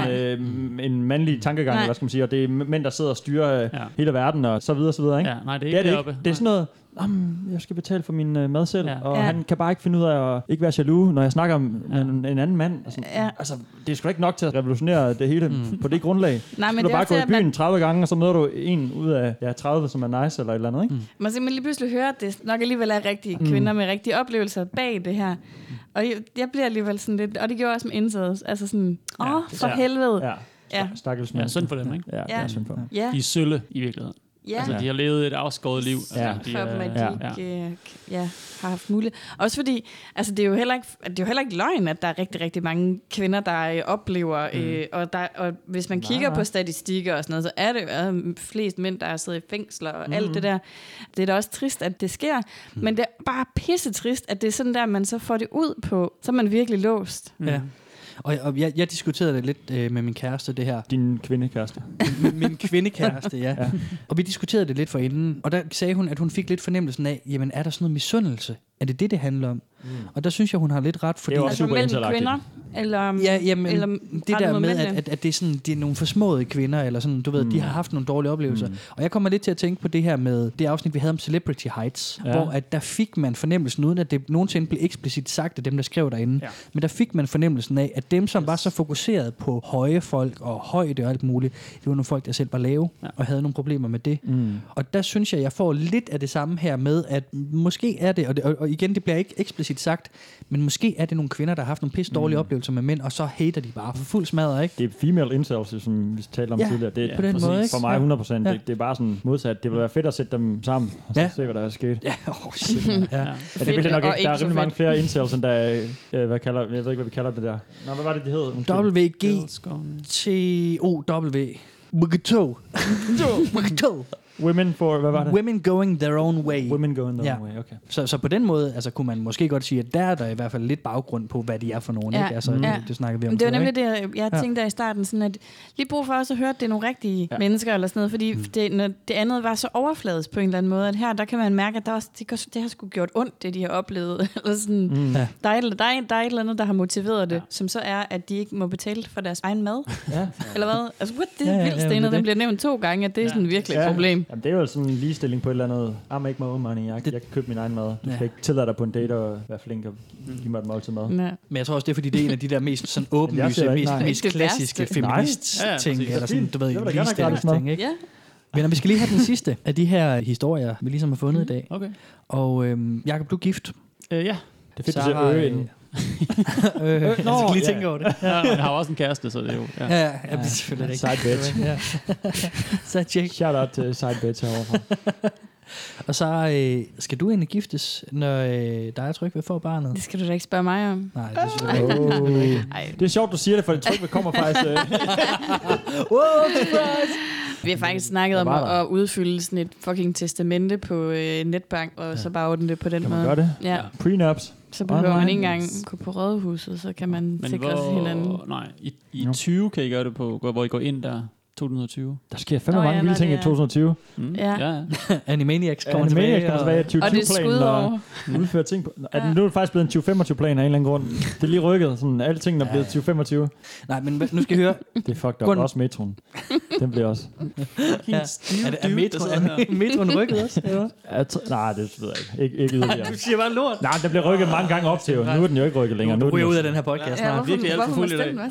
en mandlig tankegang, eller hvad skal man sige, og det er mænd, der sidder og styrer hele verden, og så videre, så videre, ikke? Ja, nej, det er ikke deroppe. Det er sådan noget, jeg skal betale for min mad selv, og han kan bare ikke finde ud af at ikke være jaloux, når jeg snakker om en anden mand. Altså, det er sgu ikke nok til at revolutionere det hele på det grundlag. Nej, men du det bare gå i byen 30 gange, og så møder du en ud af 30, som er nice, eller et eller andet, ikke? Man simpelthen lige pludselig hører, at det nok alligevel er rigtige kvinder med rigtige oplevelser bag det her. Og jeg bliver alligevel sådan lidt, og det gjorde også med indsats, altså sådan, for helvede. Ja. Stakkels mand. Ja, synd for dem, ikke? Ja, det er synd for dem. Ja. De er sølle i virkeligheden. Ja. Altså, de har levet et afskåret liv. Ja. Altså, For dem, at de ikke har haft mulighed. Også fordi, altså, det er jo heller ikke løgn, at der er rigtig, rigtig mange kvinder, der oplever, og hvis man kigger på statistikker og sådan noget, så er det jo flest mænd, der sidder i fængsler og alt det der. Det er da også trist, at det sker, men det er bare pisse trist, at det er sådan der, man så får det ud på, så er man virkelig låst. Ja. Og jeg diskuterede det lidt med min kæreste, det her. Din kvindekæreste. Min kvindekæreste, ja. Og vi diskuterede det lidt forinden, og der sagde hun, at hun fik lidt fornemmelsen af, jamen er der sådan noget misundelse? Er det handler om? Og der synes jeg, hun har lidt ret, fordi... Det er altså mellem kvinder? Eller, eller det der med, at det er sådan, det er nogle forsmåede kvinder, eller sådan, du ved, de har haft nogle dårlige oplevelser. Og jeg kommer lidt til at tænke på det her med det afsnit, vi havde om Celebrity Heights, hvor at der fik man fornemmelsen, uden at det nogensinde blev eksplicit sagt af dem, der skrev derinde, men der fik man fornemmelsen af, at dem, som var så fokuseret på høje folk og højde og alt muligt, det var nogle folk, der selv var lave og havde nogle problemer med det. Og der synes jeg får lidt af det samme her med, at måske er det, og igen, det bliver ikke eksplicit sagt, men måske er det nogle kvinder, der har haft nogle pisse dårlige oplevelser med mænd, og så hater de bare for fuld smadret, ikke? Det er female incels, som vi talte om tidligere. Det er på den måde, ikke? For mig 100%. Ja. Det er bare sådan modsat. Det vil være fedt at sætte dem sammen, og så se, hvad der er sket. Ja, shit. Det vil det nok ikke. Der er rimelig mange flere incels, end der jeg ved ikke, hvad vi kalder det der. Nå, hvad var det hed? WGTOW. Women for, hvad var det? Women going their own way. Women going their own way, okay. Så på den måde, altså kunne man måske godt sige, at der er der i hvert fald lidt baggrund på, hvad de er for nogen, ikke? Altså, det snakker vi om. Det var nemlig det, jeg tænkte der i starten, sådan at lige brug for også at høre, at det er nogle rigtige mennesker eller sådan noget, fordi det andet var så overfladisk på en eller anden måde, at her, der kan man mærke, at der også, det har sgu gjort ondt, det de har oplevet. Eller sådan, der er et eller andet, der har motiveret det, som så er, at de ikke må betale for deres egen mad. Eller hvad? Altså, det er vildt stenet, den bliver nævnt 2 gange, at det er sådan virkelig et problem. Jamen, det er jo sådan en ligestilling på et eller andet. I make my own money. Jeg kan købe min egen mad. Du skal ikke tillade dig på en date og være flink og give mig et måltid mad. Men jeg tror også, det er fordi, det er en af de der mest sådan åbenlyse, mest klassiske feminist-ting. Eller sådan, du ved, ligestillingsting, ikke? Men vi skal lige have den sidste af de her historier, vi ligesom har fundet i dag. Okay. Og Jakob, du er gift. Ja. Det er fedt, at du siger inden. Jeg skal lige tænke over det. Jeg har også en kæreste, så det er jo... Ja, det er selvfølgelig rigtigt. Side bitch. Side chick. Shout out til side bitch herovre. Og så skal du egentlig giftes, når der er tryg ved at få barnet? Det skal du da ikke spørge mig om. Nej, det er selvfølgelig ikke. Det er sjovt, du siger det, for det tryk ved kommer faktisk... Vi har faktisk snakket om at udfylde sådan et fucking testamente på netbank, og så bare ordne det på den måde. Kan man gøre det? Ja. Prenups. Så behøver man ikke engang gå på rådhuset, så kan man sikre sig hinanden. Nej, i 20 kan I gøre det på, hvor I går ind der. 2020. Der sker fandme mange vilde ting i 2020 Ja. Animaniacs kommer tilbage. Og det er skudår. Udfører ting på. Nu er det faktisk blevet en 2025-plan af en eller anden grund. Det er lige rykket. Sådan, alle tingene er blevet 2025. Nej, men nu skal I høre. Det er fucked up. Også metroen. Den bliver også. Er metroen rykket også? Nej, det ved jeg ikke. Ikke yderligere. Du siger bare lort. Nej, den bliver rykket mange gange op til. Nu er den jo ikke rykket længere. Nu er ud af den her podcast. Virkelig alt for fuld i dag.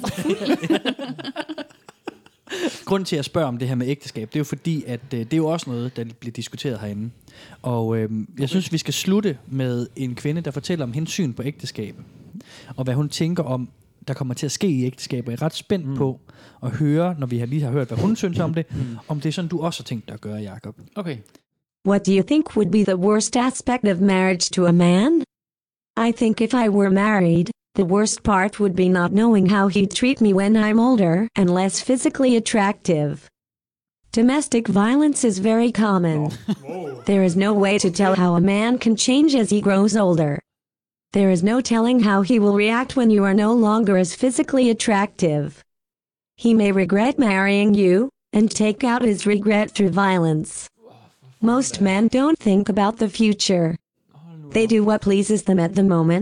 Grunden til at spørge om det her med ægteskab, det er jo fordi, at det er jo også noget, der bliver diskuteret herinde. Og jeg synes, vi skal slutte med en kvinde, der fortæller om hendes syn på ægteskab. Og hvad hun tænker om, der kommer til at ske i ægteskab. Og jeg er ret spændt på at høre, når vi lige har hørt, hvad hun synes om det, om det er sådan, du også har tænkt dig at gøre, Jakob. Okay. What do you think would be the worst aspect of marriage to a man? I think if I were married, the worst part would be not knowing how he'd treat me when I'm older and less physically attractive. Domestic violence is very common. There is no way to tell how a man can change as he grows older. There is no telling how he will react when you are no longer as physically attractive. He may regret marrying you and take out his regret through violence. Most men don't think about the future. They do what pleases them at the moment,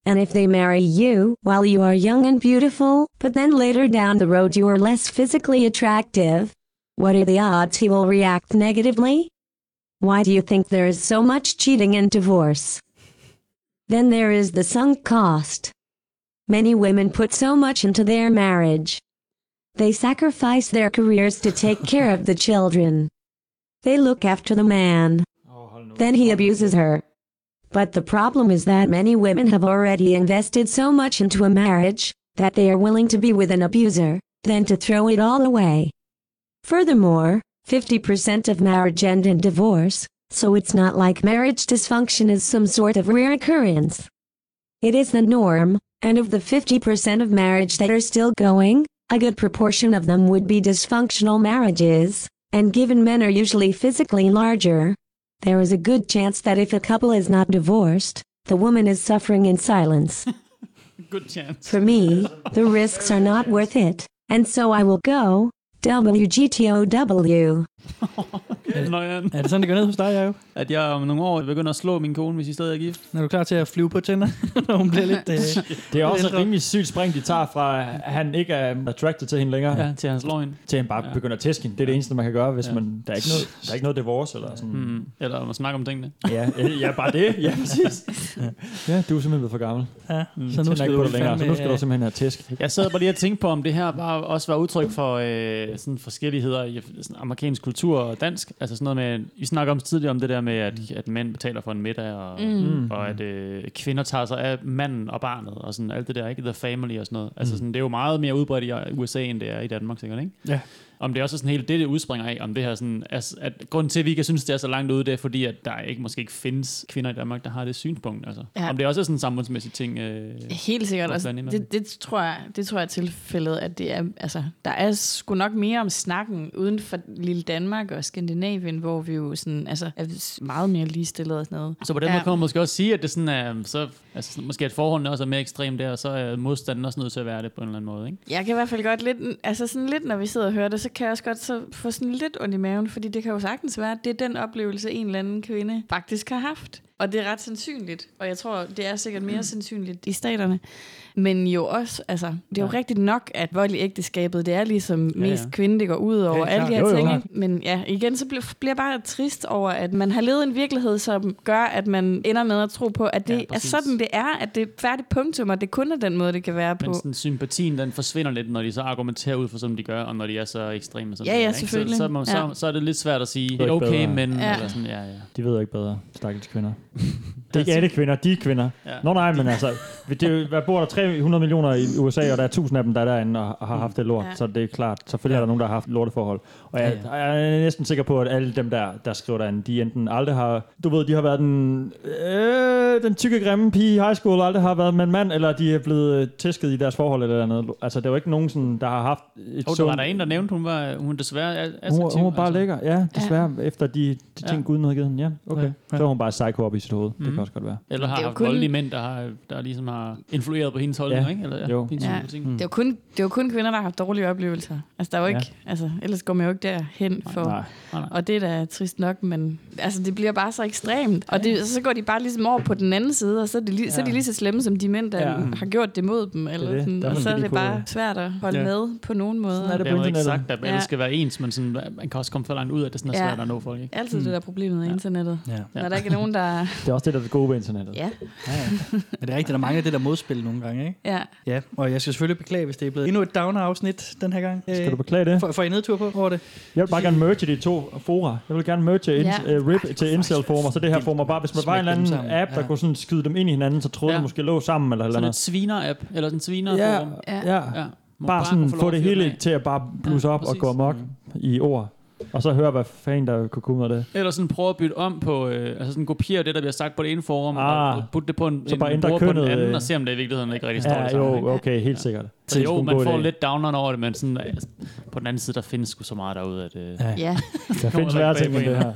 And if they marry you while you are young and beautiful, but then later down the road you are less physically attractive, what are the odds he will react negatively? Why do you think there is so much cheating and divorce? Then there is the sunk cost. Many women put so much into their marriage. They sacrifice their careers to take care of the children. They look after the man. Then he abuses her. But the problem is that many women have already invested so much into a marriage that they are willing to be with an abuser, than to throw it all away. Furthermore, 50% of marriage end in divorce, so it's not like marriage dysfunction is some sort of rare occurrence. It is the norm, and of the 50% of marriage that are still going, a good proportion of them would be dysfunctional marriages, and given men are usually physically larger, there is a good chance that if a couple is not divorced, the woman is suffering in silence. Good chance. For me, the risks are not worth it, and so I will go, WGTOW. Er det sådan, det går ned hos dig, Jacob? At jeg om nogle år begynder at slå min kone, hvis I stadig er gift. Er du klar til at flyve på Tinder, når hun bliver lidt... Det er også et rimelig sygt spring, de tager fra, at han ikke er attracted til hende længere. Ja, til hans løgn. Til han bare begynder at tæske hende. Det er det eneste, man kan gøre, hvis man... Der er ikke noget divorce eller sådan... Eller man snakker om tingene. Ja, bare det. Ja, præcis. Ja, du er simpelthen blevet for gammel. Ja, så nu skal du længere. Så nu skal du simpelthen have tæsk. Jeg sad bare lige og tænkte på, om det her også var udtryk for sådan forskelligheder i sådan amerikansk kultur og dansk. Altså sådan noget med... Vi snakker om tidligere om det der med, at mænd betaler for en middag, og at kvinder tager sig af manden og barnet, og sådan alt det der, ikke? The family og sådan noget. Altså sådan, det er jo meget mere udbredt i USA, end det er i Danmark, sikkert, ikke? Ja. Om det også er sådan helt det udspringer af, om det her sådan, at grunden til, at vi ikke synes, det er så langt ude, det er fordi, at der måske ikke findes kvinder i Danmark, der har det synspunkt. Altså. Ja. Om det også er sådan en samfundsmæssig ting. Helt sikkert. Altså, det tror jeg er tilfældet, at det er, altså, der er sgu nok mere om snakken uden for lille Danmark og Skandinavien, hvor vi jo sådan, altså, er meget mere ligestillet og sådan noget. Så på den måde kan man måske også sige, at det sådan er, så, altså, måske at forholdene også er mere ekstremt der, og så er modstanden også nødt til at være det på en eller anden måde, ikke? Jeg kan i hvert fald godt lidt, altså sådan lidt, når vi sidder og hører det, så kan jeg også godt så få sådan lidt ondt i maven, fordi det kan jo sagtens være, at det er den oplevelse, en eller anden kvinde faktisk har haft. Og det er ret sandsynligt, og jeg tror, det er sikkert mere sandsynligt i staterne. Men jo også, altså, det er jo rigtigt nok, at vold i ægteskabet, det er ligesom mest kvinde, det går ud over alle de her ting. Men ja, igen, så bliver jeg bare trist over, at man har levet en virkelighed, som gør, at man ender med at tro på, at det er sådan, det er, at det er færdigt punktum, og det kun er den måde, det kan være på. Men sådan, sympatien, den forsvinder lidt, når de så argumenterer ud for, som de gør, og når de er så ekstreme. Som ja, selvfølgelig. Så er det lidt svært at sige, okay, men... Eller sådan, De ved jo ikke bedre, stakkels kvinder. Det er ikke alle kvinder, de er kvinder. Ja. Nå nej, men altså, der bor der 300 millioner i USA, og der er 1000 af dem, der er derinde og har haft det lort. Ja. Så det er klart, selvfølgelig er der nogen, der har haft lorteforhold. Og jeg er næsten sikker på, at alle dem, der skriver derinde, de enten aldrig har... Du ved, de har været den tykke, grimme pige i high school, aldrig har været med en mand, eller de er blevet tæsket i deres forhold eller noget. Altså, der er jo ikke nogen, sådan, der har haft et der var der en, der nævnte, hun desværre attraktiv. Hun var bare lækker, ja, desværre, efter de ting, Gud havde givet hende. Ja, okay. Så var hun bare psycho op i sit hoved. Det kan også godt være. Eller har haft voldelige mænd, der ligesom har influeret på hendes holdning, ikke? Eller, jo. Det er jo kun kvinder, der har haft dårlige oplevelser. Altså, der er jo ikke, altså, ellers går man jo ikke derhen for... Nej. Og det er da trist nok, men altså, det bliver bare så ekstremt. Og så går de bare ligesom over på den anden side, og så er de lige så slemme som de mænd, der har gjort det mod dem. Eller sådan, og så er det bare svært at holde med på nogen måde. Sådan er det på ikke sagt, at alle skal være ens, men sådan, man kan også komme for langt ud af, at det sådan er svært at nå folk. Ikke? Altid det der problemet med internettet. Når der ikke er nogen, der... Det er også det, der er det gode ved internettet. Ja. Men det er rigtigt, der mangler det der modspil nogle gange, ikke? Ja. Ja, og jeg skal selvfølgelig beklage, hvis det er blevet endnu et downer-afsnit den her gang. Skal du beklage det? Får I nedtur på over det? Jeg vil bare gerne merge de to fora. Jeg vil gerne merge RIP til incel-forum, og så det her forum. Bare hvis man var en eller anden app, der kunne sådan skyde dem ind i hinanden, så troede de måske lå sammen eller noget. Sådan et sviner-app, eller sådan en sviner-forum. Ja. Bare sådan få det hele til at bare blusse op og gå amok i ord. Og så høre, hvad fanden der kunne komme ud af det. Eller sådan prøve at bytte om på, altså sådan kopiere det, der bliver sagt på det ene forum, og putte det på en bruger på den anden, og se om det i virkeligheden ikke rigtig står det sammen. Jo, okay, helt sikkert. Så jo, man får lidt downeren over det, men sådan, på den anden side, der findes sgu så meget derude, at... Der findes værre ting end det her.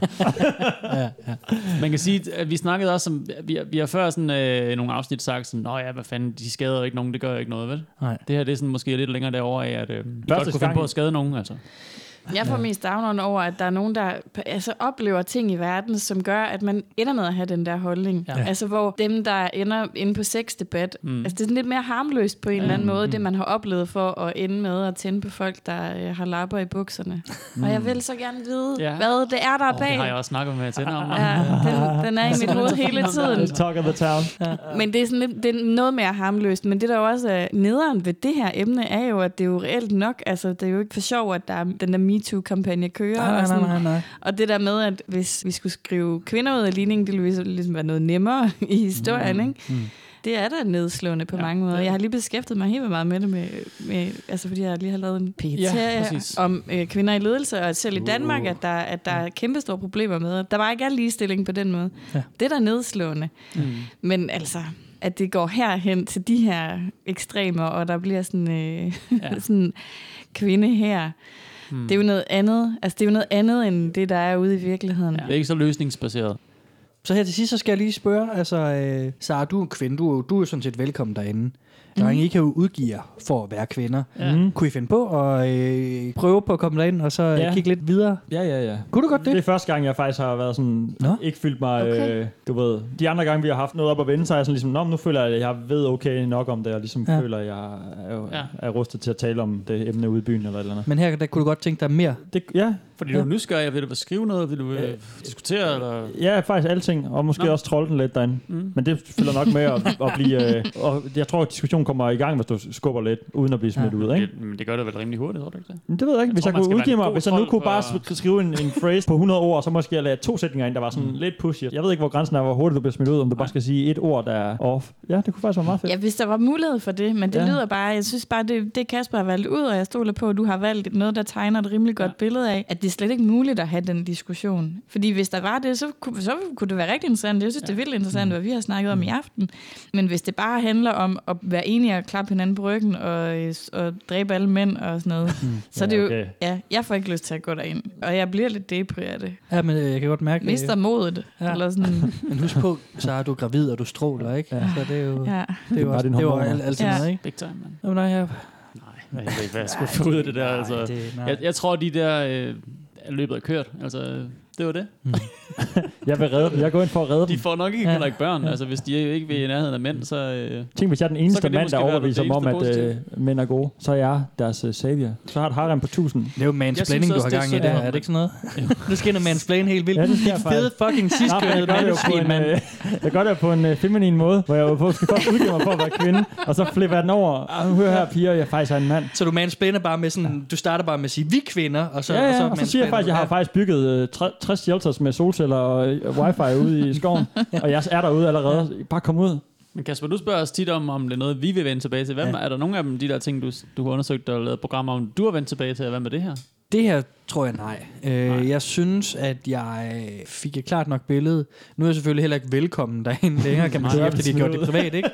Man kan sige, at vi snakkede også om, vi har før sådan nogle afsnit sagt sådan, nå ja, hvad fanden, de skader jo ikke nogen, det gør jo ikke noget, vel? Nej. Det her, det er sådan måske lidt længere derovre af, at vi godt kunne finde på at skade nogen, altså. Jeg får mest down over, at der er nogen, der oplever ting i verden, som gør, at man ender med at have den der holdning. Ja. Altså, hvor dem, der ender inde på sexdebat, det er sådan lidt mere harmløst på en eller anden måde, det man har oplevet for at ende med at tænde på folk, der har lapper i bukserne. Og jeg vil så gerne vide, hvad det er, der er bag. Det har jeg også snakket med Tænder om. Ja, den er i mit hoved hele tiden. Talk of the town. Ja. Men det er, sådan lidt, det er noget mere harmløst. Men det, der også er nederen ved det her emne, er jo, at det er jo reelt nok. Altså, det er jo ikke for sjov, at der den der MeToo-kampagne kører. Nej. Og det der med, at hvis vi skulle skrive kvinder ud af ligningen, det ville ligesom være noget nemmere i historien, ikke? Det er da nedslående på mange måder. Jeg har lige beskæftiget mig helt meget med det, altså fordi jeg lige har lavet en PT om kvinder i ledelse, og selv i Danmark, at der er kæmpe store problemer med. Der var ikke al ligestilling på den måde. Ja. Det er da nedslående. Men altså, at det går herhen til de her ekstremer, og der bliver sådan, sådan kvinde her. Det er jo noget andet. Altså, det er jo noget andet, end det, der er ude i virkeligheden. Det er ikke så løsningsbaseret. Så her til sidst, så skal jeg lige spørge, altså, Sara, du er en kvinde, du er sådan set velkommen derinde. Der er ingen, I kan jo udgive jer for at være kvinder. Kunne I finde på at prøve på at komme derind, og så kigge lidt videre? Ja. Kunne du godt det? Det er første gang, jeg faktisk har været sådan, ikke følt mig, du ved, de andre gange, vi har haft noget op at vende, så er jeg sådan ligesom, nu føler jeg, at jeg ved okay nok om det, og ligesom føler, at jeg er rustet til at tale om det emne ude i byen, eller et eller andet. Men her, der kunne du godt tænke dig mere? Fordi du er nysgerrig, vil du skrive noget, vil du diskutere? Eller? Ja, faktisk alting, og måske også trolle den lidt derinde. Men det følger nok med at blive, og jeg tror, at diskussionen kommer i gang, hvis du skubber lidt, uden at blive smidt ud, ikke? Men det gør det vel rimelig hurtigt, tror du ikke det? Men det ved jeg ikke. Hvis jeg kunne udgive mig, hvis jeg nu kunne bare skrive en phrase på 100 ord, så måske jeg lade 2 sætninger ind, der var sådan lidt pushy. Jeg ved ikke, hvor grænsen er, hvor hurtigt du bliver smidt ud, om du bare skal sige et ord, der er off. Ja, det kunne faktisk være meget fedt. Ja, hvis der var mulighed for det, men det lyder bare, jeg synes bare, det Kasper har valgt ud, og jeg stoler på, at du har valgt noget, der tegner et rimelig godt billede af, at det er slet ikke muligt at have den diskussion. Fordi hvis der var det, så kunne det være rigtig interessant. Jeg synes, det er vildt interessant, hvad vi har snakket om i aften. Men hvis det bare handler om at være enige og klappe hinanden på ryggen og dræbe alle mænd og sådan noget, så er det jo, jeg får ikke lyst til at gå derind. Og jeg bliver lidt depri af det. Ja, men jeg kan godt mærke... Mister modet. Ja. Eller sådan. Men husk på, så er du gravid, og du stråler, ikke? Ja. Så det er jo... Ja. Det er jo også, det var altid noget, ikke? Big time, man. Jamen, nej, jeg ved ikke, hvad jeg skulle få ud af det der. Altså. Jeg tror, de der løbet er kørt. Altså, det var det. Jeg vil redde dem. Jeg går ind for at redde dem. De får nok ikke ikke børn. Altså, hvis de ikke vil i nærheden af mænd, så... Tænk, hvis jeg er den eneste mand, der overbeviser dem om, at mænd er gode, så er jeg deres savior. Så har et harem på 1000. Det er jo mansplaining, du har gang i der. Er det ikke sådan noget? Nu skal jeg mansplain helt vildt. De fede fucking sidskørede mandesvin, mand. Jeg gør det på en feminin måde, hvor jeg skal først udgive mig for at være kvinde, og så flipper jeg den over. Hør her, piger, jeg faktisk er en mand. Så du mansplainer bare med sådan... Du starter bare med at sige, vi kvinder, og så... Og så siger jeg faktisk, jeg har faktisk bygget 60 shelters med solceller og wifi ude i skoven, og jeg er derude allerede. Bare kom ud. Men Kasper, du spørger os tit om det er noget, vi vil vende tilbage til. Er der nogle af dem, de der ting, du har undersøgt og lavet programmer om, du har vendt tilbage til? Hvad med det her? Det her tror jeg nej. Jeg synes, at jeg fik et klart nok billede. Nu er jeg selvfølgelig heller ikke velkommen derinde længere, kan man sige, efter de har gjort det privat, ikke?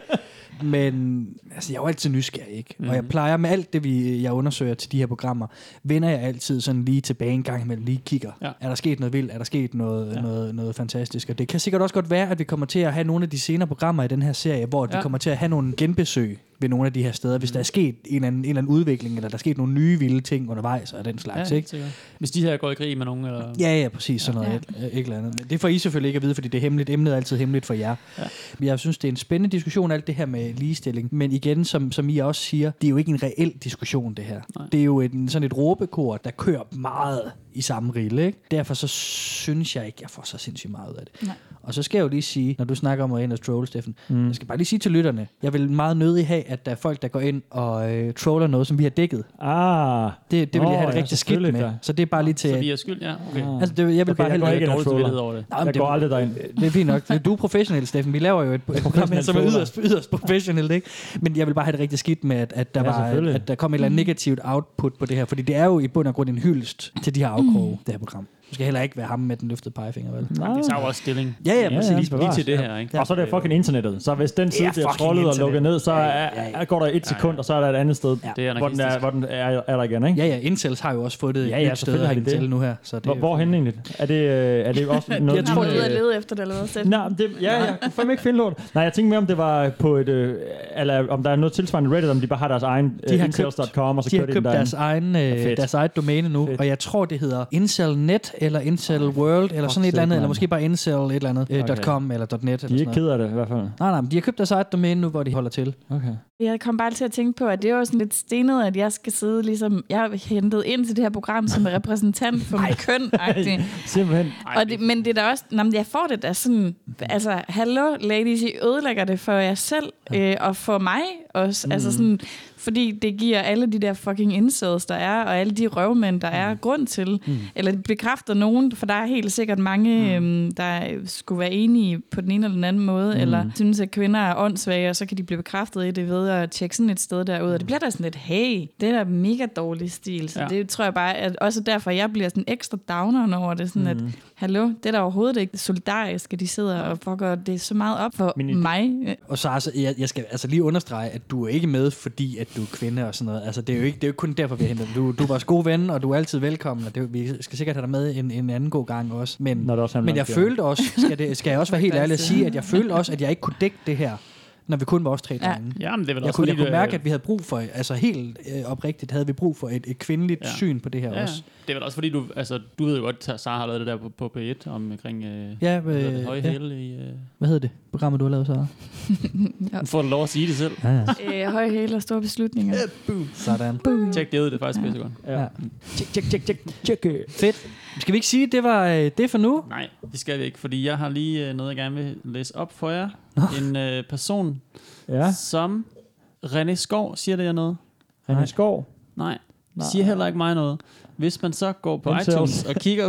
Men altså, jeg er jo altid nysgerrig, ikke? Og jeg plejer med alt det, jeg undersøger til de her programmer, vender jeg altid sådan lige tilbage en gang imellem, lige kigger. Ja. Er der sket noget vildt? Er der sket noget fantastisk? Og det kan sikkert også godt være, at vi kommer til at have nogle af de senere programmer i den her serie, hvor de kommer til at have nogle genbesøg ved nogle af de her steder, hvis der er sket en eller anden udvikling, eller der er sket nogle nye vilde ting undervejs, og den slags, ikke? Hvis de her går i krig med nogen, eller... Ja, præcis, sådan noget, ikke eller andet. Det får I selvfølgelig ikke at vide, fordi det er hemmeligt. Emnet er altid hemmeligt for jer. Ja. Jeg synes, det er en spændende diskussion, alt det her med ligestilling, men igen, som I også siger, det er jo ikke en reel diskussion, det her. Nej. Det er jo sådan et råbekor, der kører meget i samme rille, ikke? Derfor så synes jeg ikke, jeg får så sindssygt meget ud af det. Nej. Og så skal jeg jo lige sige, når du snakker om at ind og trolle, Steffen, jeg skal bare lige sige til lytterne, jeg vil meget nødig have, at der er folk, der går ind og troller noget, som vi har dækket. Det vil jeg have det rigtig skidt med. Så det er bare lige til... Så vi er skyld, ja. Okay. Altså, jeg vil bare heller ikke have dårligt over det. Jeg går aldrig derind. Det er fint nok. Du er professionel, Steffen. Vi laver jo et program her, som er yderst professionelt, ikke? Men jeg vil bare have det rigtig skidt med, at der kom et eller andet negativt output på det her, fordi det er jo i bund og grund en hyldest til de her afkroge, det her program. Du skal heller ikke være ham med den løftede pegefinger, vel? Nej. Det tager jo også stilling. Ja, præcis. Lige til det her, ikke? Ja. Og så er det fucking internettet. Så hvis den side bliver scrollet og lukket ned, så går der 1 sekund, og så er der et andet sted, hvor den er der igen, ikke? Ja, Incels har jo også fået det et sted af Intel nu her. Så det Hvorhen egentlig? Er det også noget... Jeg tror, jeg leder efter det, eller hvad? Nej, jeg kunne fandme ikke finde lort. Nej, jeg tænkte mere, om det var på et... eller om der er noget tilsvarende Reddit, om de bare har deres egen incels.com, og så kører de den der. deres eget domæne nu, og jeg tror, det hedder Incelnet, eller Incel World, eller sådan et eller andet, eller måske bare Incel et eller andet, .com eller .net. De er ikke ked af det, i hvert fald. Nej, men de har købt deres eget domæne nu, hvor de holder til. Okay. Jeg kom bare til at tænke på, at det er jo sådan lidt stenet, at jeg skal sidde ligesom... Jeg har hentet ind til det her program som repræsentant for mit køn-agtigt. Simpelthen. Men det er da også... jeg får det da sådan... Altså, hallo ladies, I ødelægger det for jer selv, og for mig også. Altså sådan... Fordi det giver alle de der fucking incels, der er, og alle de røvmænd, der er grund til. Eller det bekræfter nogen, for der er helt sikkert mange, der skulle være enige på den ene eller den anden måde, eller synes, at kvinder er åndssvage, og så kan de blive bekræftet i det ved at tjekke sådan et sted derud. Og det bliver da sådan lidt, hey, det er da mega dårlig stil. Så det tror jeg bare, at også derfor, jeg bliver sådan ekstra downeren over det, sådan at, hallo, det er da overhovedet ikke solidarisk, at de sidder og fucker det så meget op for mig. Og så altså, jeg skal altså lige understrege, at du er ikke med, fordi at du er kvinde og sådan noget. Altså, det er jo ikke kun derfor, vi har hentet dig. Du er vores gode ven, og du er altid velkommen, og vi skal sikkert have dig med en anden god gang også. Men jeg følte også, skal jeg også være helt ærlig at sige, at jeg følte også, at jeg ikke kunne dække det her, når vi kun var os 3 drenge. Ja, men det er vel jeg kunne mærke, at vi havde brug for, altså helt oprigtigt, havde vi brug for et kvindeligt syn på det her også. Det er vel også fordi, du ved jo godt, at Sara har lavet det der på P1 omkring høje hæle i... Hvad hedder det programmet, du har lavet, Sara? Du får lov at sige det selv. Høje hæle og store beslutninger. Sådan. Tjek det ud, det er faktisk pisse godt. Ja. Tjek. Fedt. Skal vi ikke sige, det var det for nu? Nej, det skal vi ikke, fordi jeg har lige noget, jeg gerne vil læse op for jer. En person, som René Skov, siger det jer noget? René Skov? Nej, siger heller ikke mig noget. Hvis man så går på iTunes og kigger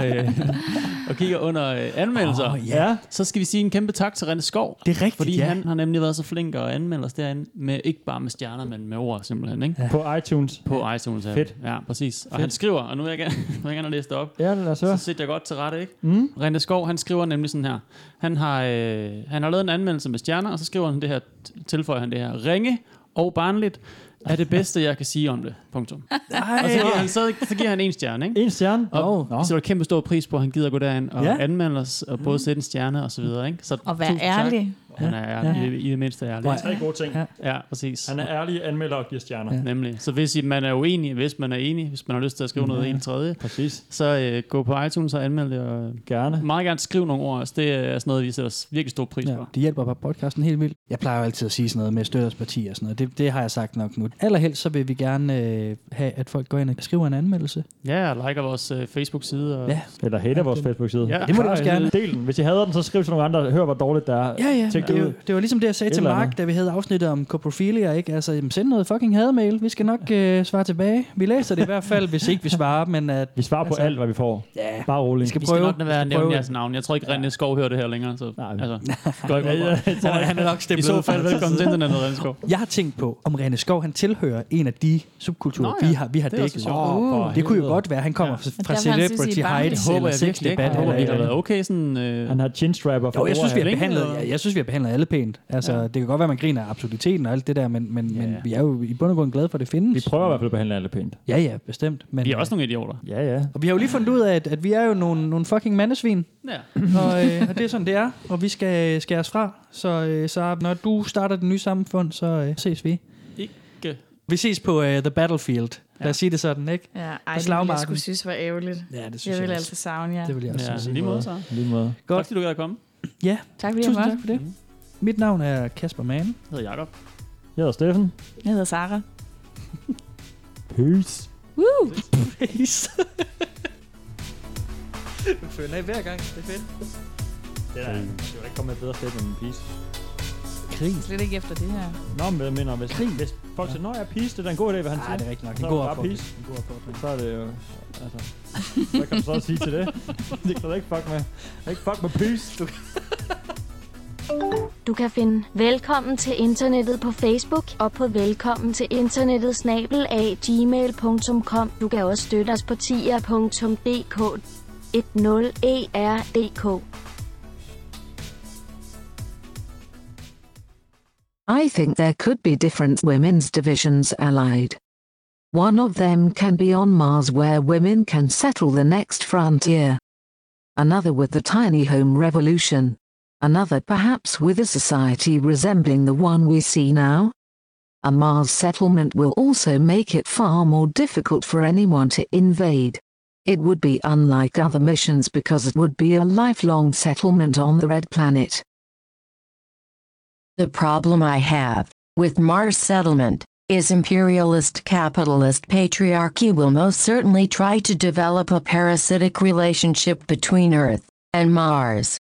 under anmeldelser, så skal vi sige en kæmpe tak til René Skov. Det er rigtigt, fordi han har nemlig været så flink at anmelde os derinde, med ikke bare med stjerner, men med ord simpelthen. Ikke? Ja. På iTunes? På iTunes, ja. Fedt. Ja, præcis. Og han skriver, og nu vil jeg gerne læse det op. Ja, lad os høre. Så sætter jeg godt til rette, ikke? René Skov, han skriver nemlig sådan her. Han har lavet en anmeldelse med stjerner, og så skriver han det her, tilføjer han det her. Ringe og barnligt er det bedste, jeg kan sige om det. Punktum. Og så giver han 1 stjerne, ikke? 1 stjerne? Og så er det kæmpe stor pris på, at han gider gå derind og anmelde os, og både sætte en stjerne og så videre, ikke? Så og være ærlig. Han er ærlig, i det mindste ærlig. Det er 3 gode ting. Ja, præcis. Han er ærlig, anmelder og giver stjerner. Ja. Nemlig. Så hvis man er uenig, hvis man har lyst til at skrive noget helt tredje, præcis. Så gå på iTunes og anmeld det. Og gerne. Meget gerne skrive nogle ord. Altså, det er sådan noget, vi sætter virkelig stor pris på. Det hjælper på podcasten helt vildt. Jeg plejer jo altid at sige sådan noget med støttersparti og sådan noget. Det har jeg sagt nok nu. Allerhelst så vil vi gerne have, at folk går ind og skriver en anmeldelse. Ja, og liker vores Facebook-side. Og eller hater vores Facebook-side. Ja, det må du også gerne. Del den. Hvis I hader den, så skriv til nogle andre, hør hvor dårligt det er. Ja. Det var ligesom det, jeg sagde til Mark, da vi havde afsnittet om coprofilia, ikke? Altså, send noget fucking hademail. Vi skal nok svare tilbage. Vi læser det i hvert fald, hvis ikke vi svarer, men at... Vi svarer på alt, hvad vi får. Ja. Bare roligt. Vi skal nok være nævne jeres navn. Jeg tror ikke, René Skov hører det her længere, så... Han er nok stemt. I så fald velkommen til internettet, René Skov. Jeg har tænkt på, om René Skov, han tilhører en af de subkulturer, vi har dækket. Det kunne jo godt være, han kommer fra Celebrity Heights eller Sex Debat. Okay, sådan... Han har chinstrapper for jeg synes, vi har behandlet alle pænt. Altså, det kan godt være, man griner af absurditeten og alt det der, men vi er jo i bund og grund glade for, at det findes. Vi prøver i hvert fald at behandle alle pænt. Ja, bestemt. Men, vi er også nogle idioter. Ja. Og vi har jo lige fundet ud af, at vi er jo nogle fucking mandesvin. Ja. Og det er sådan, det er. Og vi skal skæres fra. Så når du starter det nye samfund, så ses vi. Ikke. Vi ses på The Battlefield. Lad os sige det sådan, ikke? Ja, det ville jeg skulle synes var ærgerligt. Ja, det synes jeg ville altså savne jer. Det vil jeg også sige. Lige måde, så. Lige godt, fordi du gad at komme. Ja, tak for det. Mit navn er Kasper Mann. Jeg hedder Jakob. Jeg hedder Steffen. Jeg hedder Sara. Peace. Woo! Peace. Du føler af hver gang. Det er fedt. Det er ikke kommet et bedre sted end peace. Krig. Slet ikke efter det her. Nå, men jeg mener, hvis folk siger, jeg er peace, det er en god idé, hvad han siger. Nej, det er rigtigt nok. Så er bare peace. Så er det jo... Altså, hvad kan du så sige til det? Det kan du ikke fuck med. Ikke fuck med peace. Du kan finde Velkommen til Internettet på Facebook og på velkommen til internettet @gmail.com. Du kan også støtte os på tier.dk. 10ERDK. I think there could be different women's divisions allied. One of them can be on Mars where women can settle the next frontier. Another with the tiny home revolution. Another perhaps with a society resembling the one we see now. A Mars settlement will also make it far more difficult for anyone to invade. It would be unlike other missions because it would be a lifelong settlement on the Red Planet. The problem I have with Mars settlement is imperialist capitalist patriarchy will most certainly try to develop a parasitic relationship between Earth and Mars.